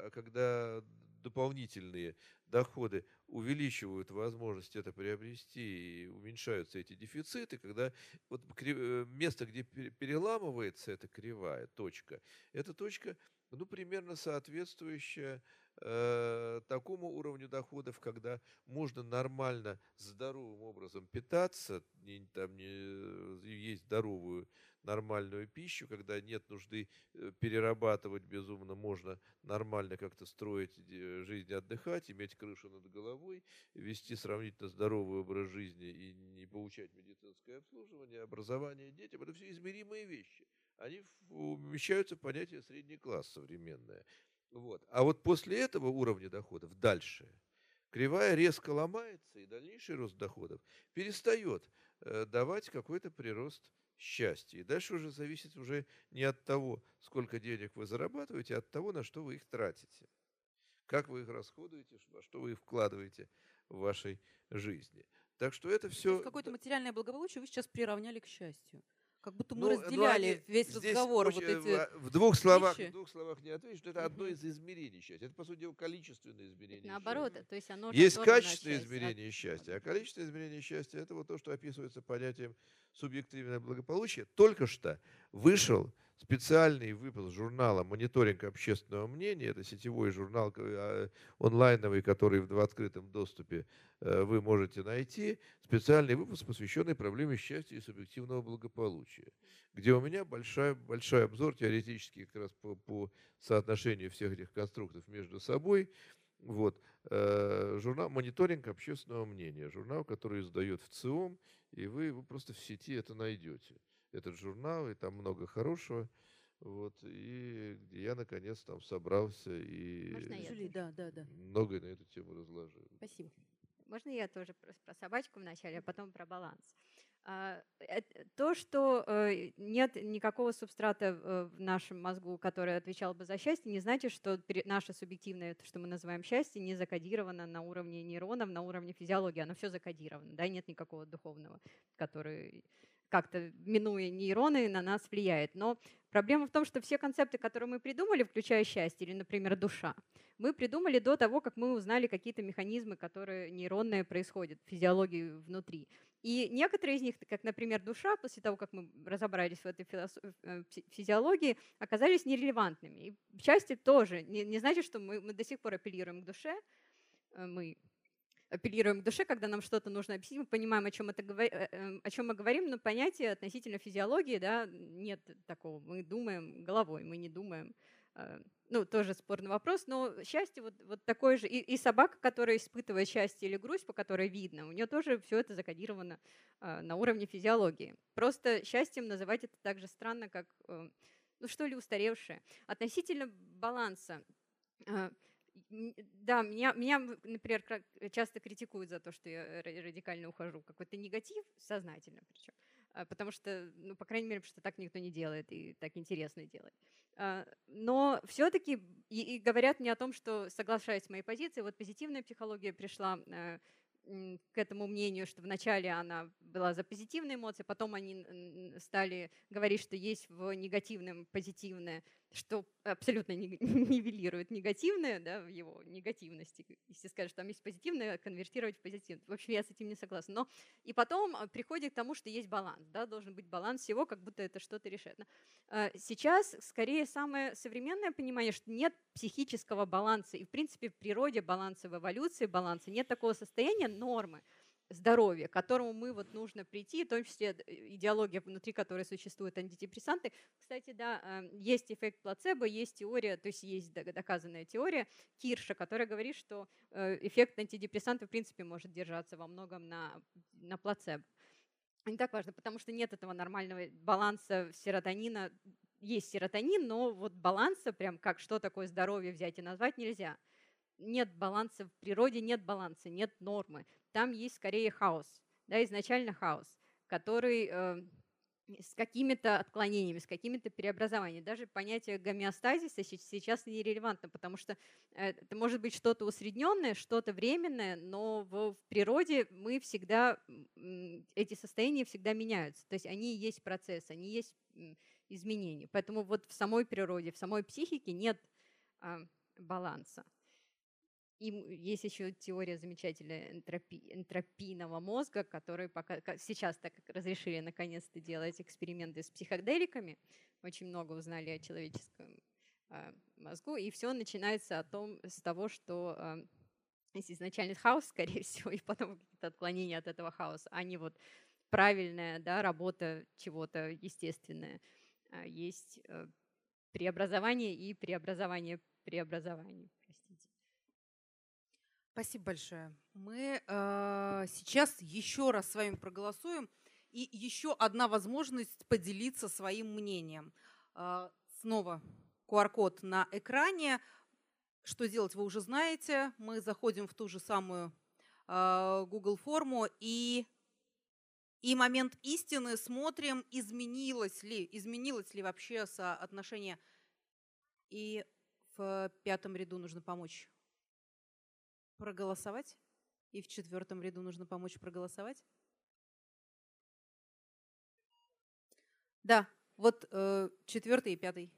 дополнительные доходы увеличивают возможность это приобрести и уменьшаются эти дефициты, когда вот место, где переламывается эта кривая точка, это точка, ну, примерно соответствующая такому уровню доходов, когда можно нормально, здоровым образом питаться, есть здоровую нормальную пищу, когда нет нужды перерабатывать безумно, можно нормально как-то строить жизнь, отдыхать, иметь крышу над головой, вести сравнительно здоровый образ жизни и не получать медицинское обслуживание, образование детям. Это все измеримые вещи. Они умещаются в понятие средний класс современное. Вот. А вот после этого уровня доходов дальше кривая резко ломается, и дальнейший рост доходов перестает давать какой-то прирост счастья. И дальше уже зависит уже не от того, сколько денег вы зарабатываете, а от того, на что вы их тратите. Как вы их расходуете, во что вы их вкладываете в вашей жизни. Так что это все... Какое-то материальное благополучие вы сейчас приравняли к счастью. Как будто мы разделяли весь разговор. Очень, вот эти в двух словах не ответишь, что это одно из измерений счастья. Это, по сути дела, количественное измерение счастья. Наоборот, то есть оно есть качественное измерение счастья, а количественное измерение счастья – это вот то, что описывается понятием субъективное благополучие. Только что вышел специальный выпуск журнала «Мониторинг общественного мнения». Это сетевой журнал онлайновый, который в открытом доступе вы можете найти. Специальный выпуск, посвященный проблеме счастья и субъективного благополучия, где у меня большой обзор теоретический как раз по соотношению всех этих конструктов между собой. Вот. Журнал «Мониторинг общественного мнения». Журнал, который издает ВЦИОМ, и вы просто в сети это найдете. Этот журнал, и там много хорошего. Вот, и где я, наконец, там собрался и многое на эту тему разложил. Спасибо. Можно я тоже про собачку вначале, а потом про баланс? То, что нет никакого субстрата в нашем мозгу, который отвечал бы за счастье, не значит, что наше субъективное, то, что мы называем счастье, не закодировано на уровне нейронов, на уровне физиологии. Оно все закодировано, да, нет никакого духовного, который как-то, минуя нейроны, на нас влияет. Но проблема в том, что все концепты, которые мы придумали, включая счастье или, например, душа, мы придумали до того, как мы узнали какие-то механизмы, которые нейронные происходят, физиологии внутри. И некоторые из них, как, например, душа, после того, как мы разобрались в этой физиологии, оказались нерелевантными. И счастье тоже не значит, что мы до сих пор апеллируем к душе, мы апеллируем к душе, когда нам что-то нужно объяснить, мы понимаем, о чем мы говорим, но понятие относительно физиологии, да, нет такого. Мы думаем головой, мы не думаем. Ну, тоже спорный вопрос, но счастье вот такое же. И собака, которая испытывает счастье или грусть, по которой видно, у нее тоже все это закодировано на уровне физиологии. Просто счастьем называть это так же странно, как, ну, что ли, устаревшее. Относительно баланса. Да, меня, например, часто критикуют за то, что я радикально ухожу. Какой-то негатив, сознательно причем. Потому что, ну, по крайней мере, потому что так никто не делает, и так интересно делать. Но все-таки и говорят мне о том, что, соглашаясь с моей позицией, вот позитивная психология пришла к этому мнению, что вначале она была за позитивные эмоции, потом они стали говорить, что есть в негативном позитивное, что абсолютно нивелирует негативное, да, в его негативности. Если скажешь, что там есть позитивное, конвертировать в позитивное. В общем, я с этим не согласна. Но и потом приходит к тому, что есть баланс, да, должен быть баланс всего, как будто это что-то решает. Сейчас, скорее, самое современное понимание, что нет психического баланса, и, в принципе, в природе баланса, в эволюции баланса нет такого состояния нормы. здоровья, к которому мы вот нужно прийти, в том числе идеология, внутри которой существуют антидепрессанты. Кстати, да, есть эффект плацебо, есть теория, то есть есть доказанная теория Кирша, которая говорит, что эффект антидепрессантов в принципе может держаться во многом на плацебо. Не так важно, потому что нет этого нормального баланса серотонина. Есть серотонин, но вот баланса, прям как что такое здоровье взять и назвать нельзя. Нет баланса в природе, нет баланса, нет нормы. Там есть скорее хаос, да, изначально хаос, который с какими-то отклонениями, с какими-то преобразованиями. Даже понятие гомеостазиса сейчас нерелевантно, потому что это может быть что-то усредненное, что-то временное, но в природе мы всегда, эти состояния всегда меняются. То есть они и есть процесс, они есть изменения. Поэтому вот в самой природе, в самой психике нет баланса. И есть еще теория замечательная энтропийного мозга, который пока сейчас так как разрешили наконец-то делать эксперименты с психоделиками, очень много узнали о человеческом мозгу, и все начинается с того, что есть изначальный хаос, скорее всего, и потом какие-то отклонения от этого хаоса, а не вот правильная, да, работа чего-то естественное. Есть преобразование и преобразование преобразований. Спасибо большое. Мы сейчас еще раз с вами проголосуем. И еще одна возможность поделиться своим мнением. Снова QR-код на экране. Что делать, вы уже знаете. Мы заходим в ту же самую Google форму и момент истины смотрим, изменилось ли вообще соотношение. И в 5-м ряду нужно помочь проголосовать. И в 4-м ряду нужно помочь проголосовать. Да, вот 4-й и 5-й.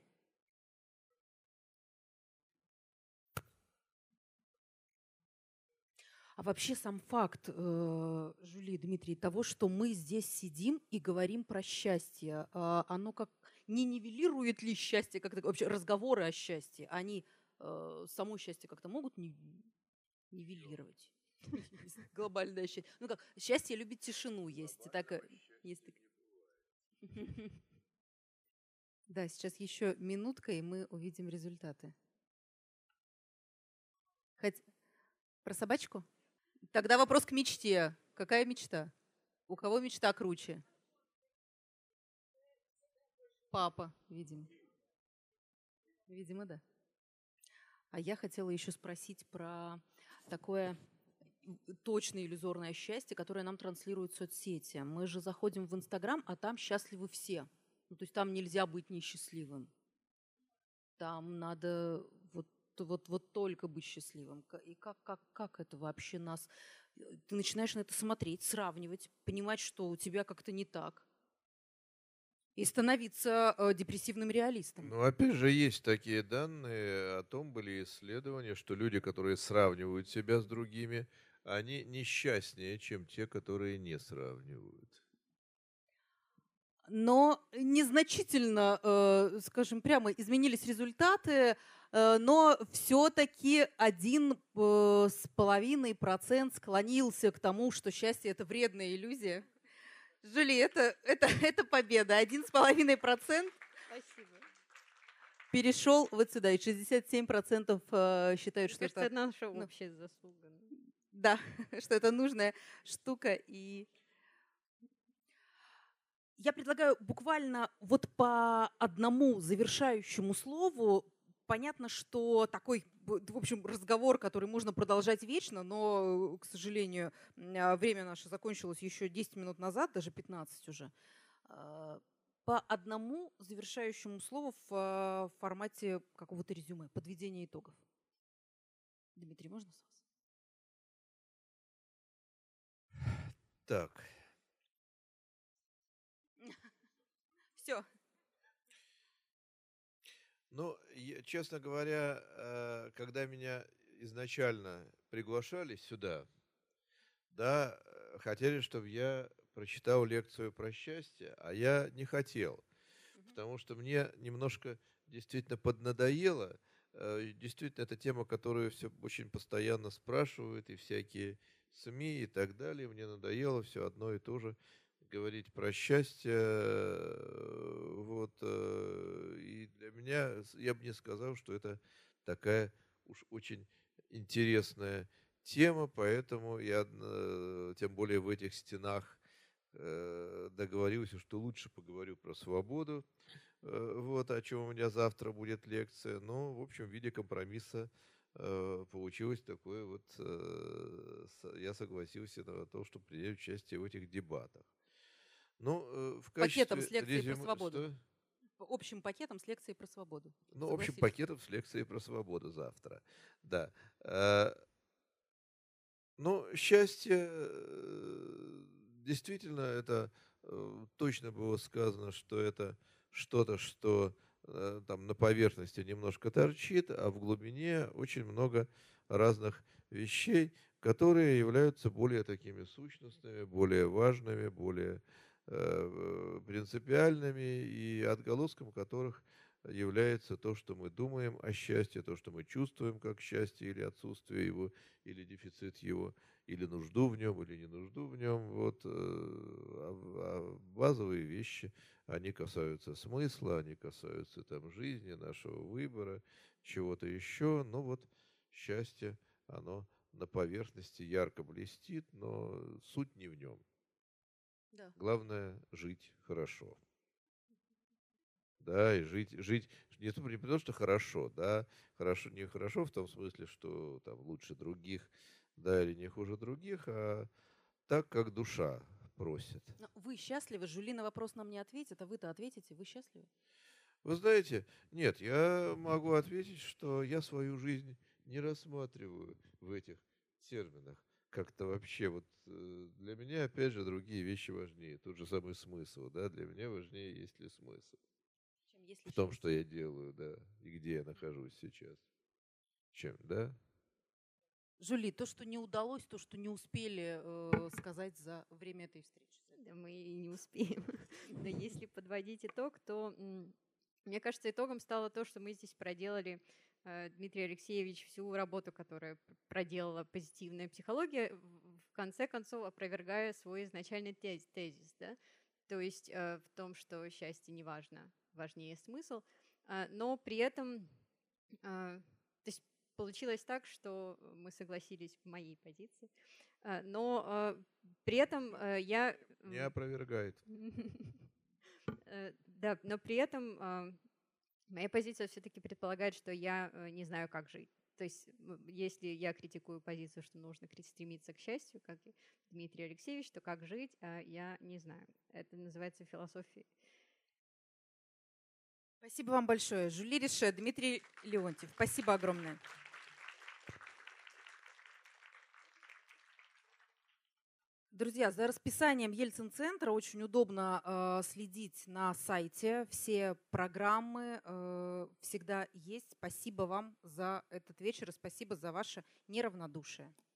А вообще сам факт, Жюли, Дмитрий, того, что мы здесь сидим и говорим про счастье, оно как не нивелирует ли счастье, как вообще разговоры о счастье, они само счастье как-то могут нивелировать? Глобальное счастье. Ну как, счастье любит тишину, есть. Так, есть. Да, сейчас еще минутка, и мы увидим результаты. Про собачку? Тогда вопрос к мечте. Какая мечта? У кого мечта круче? Папа, видимо. Видимо, да. А я хотела еще спросить про такое точное иллюзорное счастье, которое нам транслируют соцсети. Мы же заходим в Инстаграм, а там счастливы все. Ну, то есть там нельзя быть несчастливым. Там надо вот только быть счастливым. И как это вообще нас... Ты начинаешь на это смотреть, сравнивать, понимать, что у тебя как-то не так. И становиться депрессивным реалистом. Ну, опять же, есть такие данные, о том были исследования, что люди, которые сравнивают себя с другими, они несчастнее, чем те, которые не сравнивают. Но незначительно, скажем прямо, изменились результаты, но все-таки 1,5% склонился к тому, что счастье – это вредная иллюзия. Жюли, это победа. 1,5% перешел вот сюда, и 67% считают, что это наша общая заслуга. Да, что это нужная штука. И я предлагаю буквально вот по одному завершающему слову. Понятно, что такой, в общем, разговор, который можно продолжать вечно, но, к сожалению, время наше закончилось еще 10 минут назад, даже 15 уже. По одному завершающему слову в формате какого-то резюме, подведения итогов. Дмитрий, можно с вас? Так. Все. Ну, честно говоря, когда меня изначально приглашали сюда, да, хотели, чтобы я прочитал лекцию про счастье, а я не хотел, потому что мне немножко действительно поднадоело. Действительно, это тема, которую все очень постоянно спрашивают, и всякие СМИ и так далее. Мне надоело все одно и то же говорить про счастье. Вот. И для меня, я бы не сказал, что это такая уж очень интересная тема, поэтому я, тем более в этих стенах, договорился, что лучше поговорю про свободу. Вот о чем у меня завтра будет лекция. Но, в общем, в виде компромисса получилось такое вот, я согласился на то, чтобы принять участие в этих дебатах. Ну, в Пакетом качестве с лекцией про резюме... свободу. Что? Общим пакетом с лекцией про свободу. Ну, общим Согласились? пакетом с лекцией про свободу завтра. Да. Ну, счастье, действительно, это точно было сказано, что это что-то, что там на поверхности немножко торчит, а в глубине очень много разных вещей, которые являются более такими сущностными, более важными, более принципиальными, и отголоском которых является то, что мы думаем о счастье, то, что мы чувствуем как счастье или отсутствие его, или дефицит его, или нужду в нем, или не нужду в нем. Вот, базовые вещи, они касаются смысла, они касаются там жизни, нашего выбора, чего-то еще. Но вот счастье, оно на поверхности ярко блестит, но суть не в нем. Да. Главное жить хорошо. Да, и жить не потому, что хорошо, да, хорошо, не хорошо в том смысле, что там лучше других, да, или не хуже других, а так, как душа просит. Но вы счастливы? Жюли на вопрос нам не ответит, а вы-то ответите. Вы счастливы? Вы знаете, нет, я могу ответить, что я свою жизнь не рассматриваю в этих терминах. Как-то вообще вот для меня, опять же, другие вещи важнее. Тот же самый смысл, да, для меня важнее, есть ли смысл в том, что я делаю, да, и где я нахожусь сейчас. Чем, да? Жюли, то, что не удалось, то, что не успели сказать за время этой встречи. Да, мы и не успеем. Но если подводить итог, то, мне кажется, итогом стало то, что мы здесь проделали, Дмитрий Алексеевич, всю работу, которую проделала позитивная психология, в конце концов опровергая свой изначальный тезис, да? То есть в том, что счастье не важно, важнее смысл, но при этом, то есть получилось так, что мы согласились в моей позиции, но при этом я... Не опровергает. Да, но при этом моя позиция все-таки предполагает, что я не знаю, как жить. То есть если я критикую позицию, что нужно стремиться к счастью, как и Дмитрий Алексеевич, то как жить, я не знаю. Это называется философией. Спасибо вам большое. Жюли Рише, Дмитрий Леонтьев. Спасибо огромное. Друзья, за расписанием Ельцин-центра очень удобно следить на сайте. Все программы всегда есть. Спасибо вам за этот вечер и спасибо за ваше неравнодушие.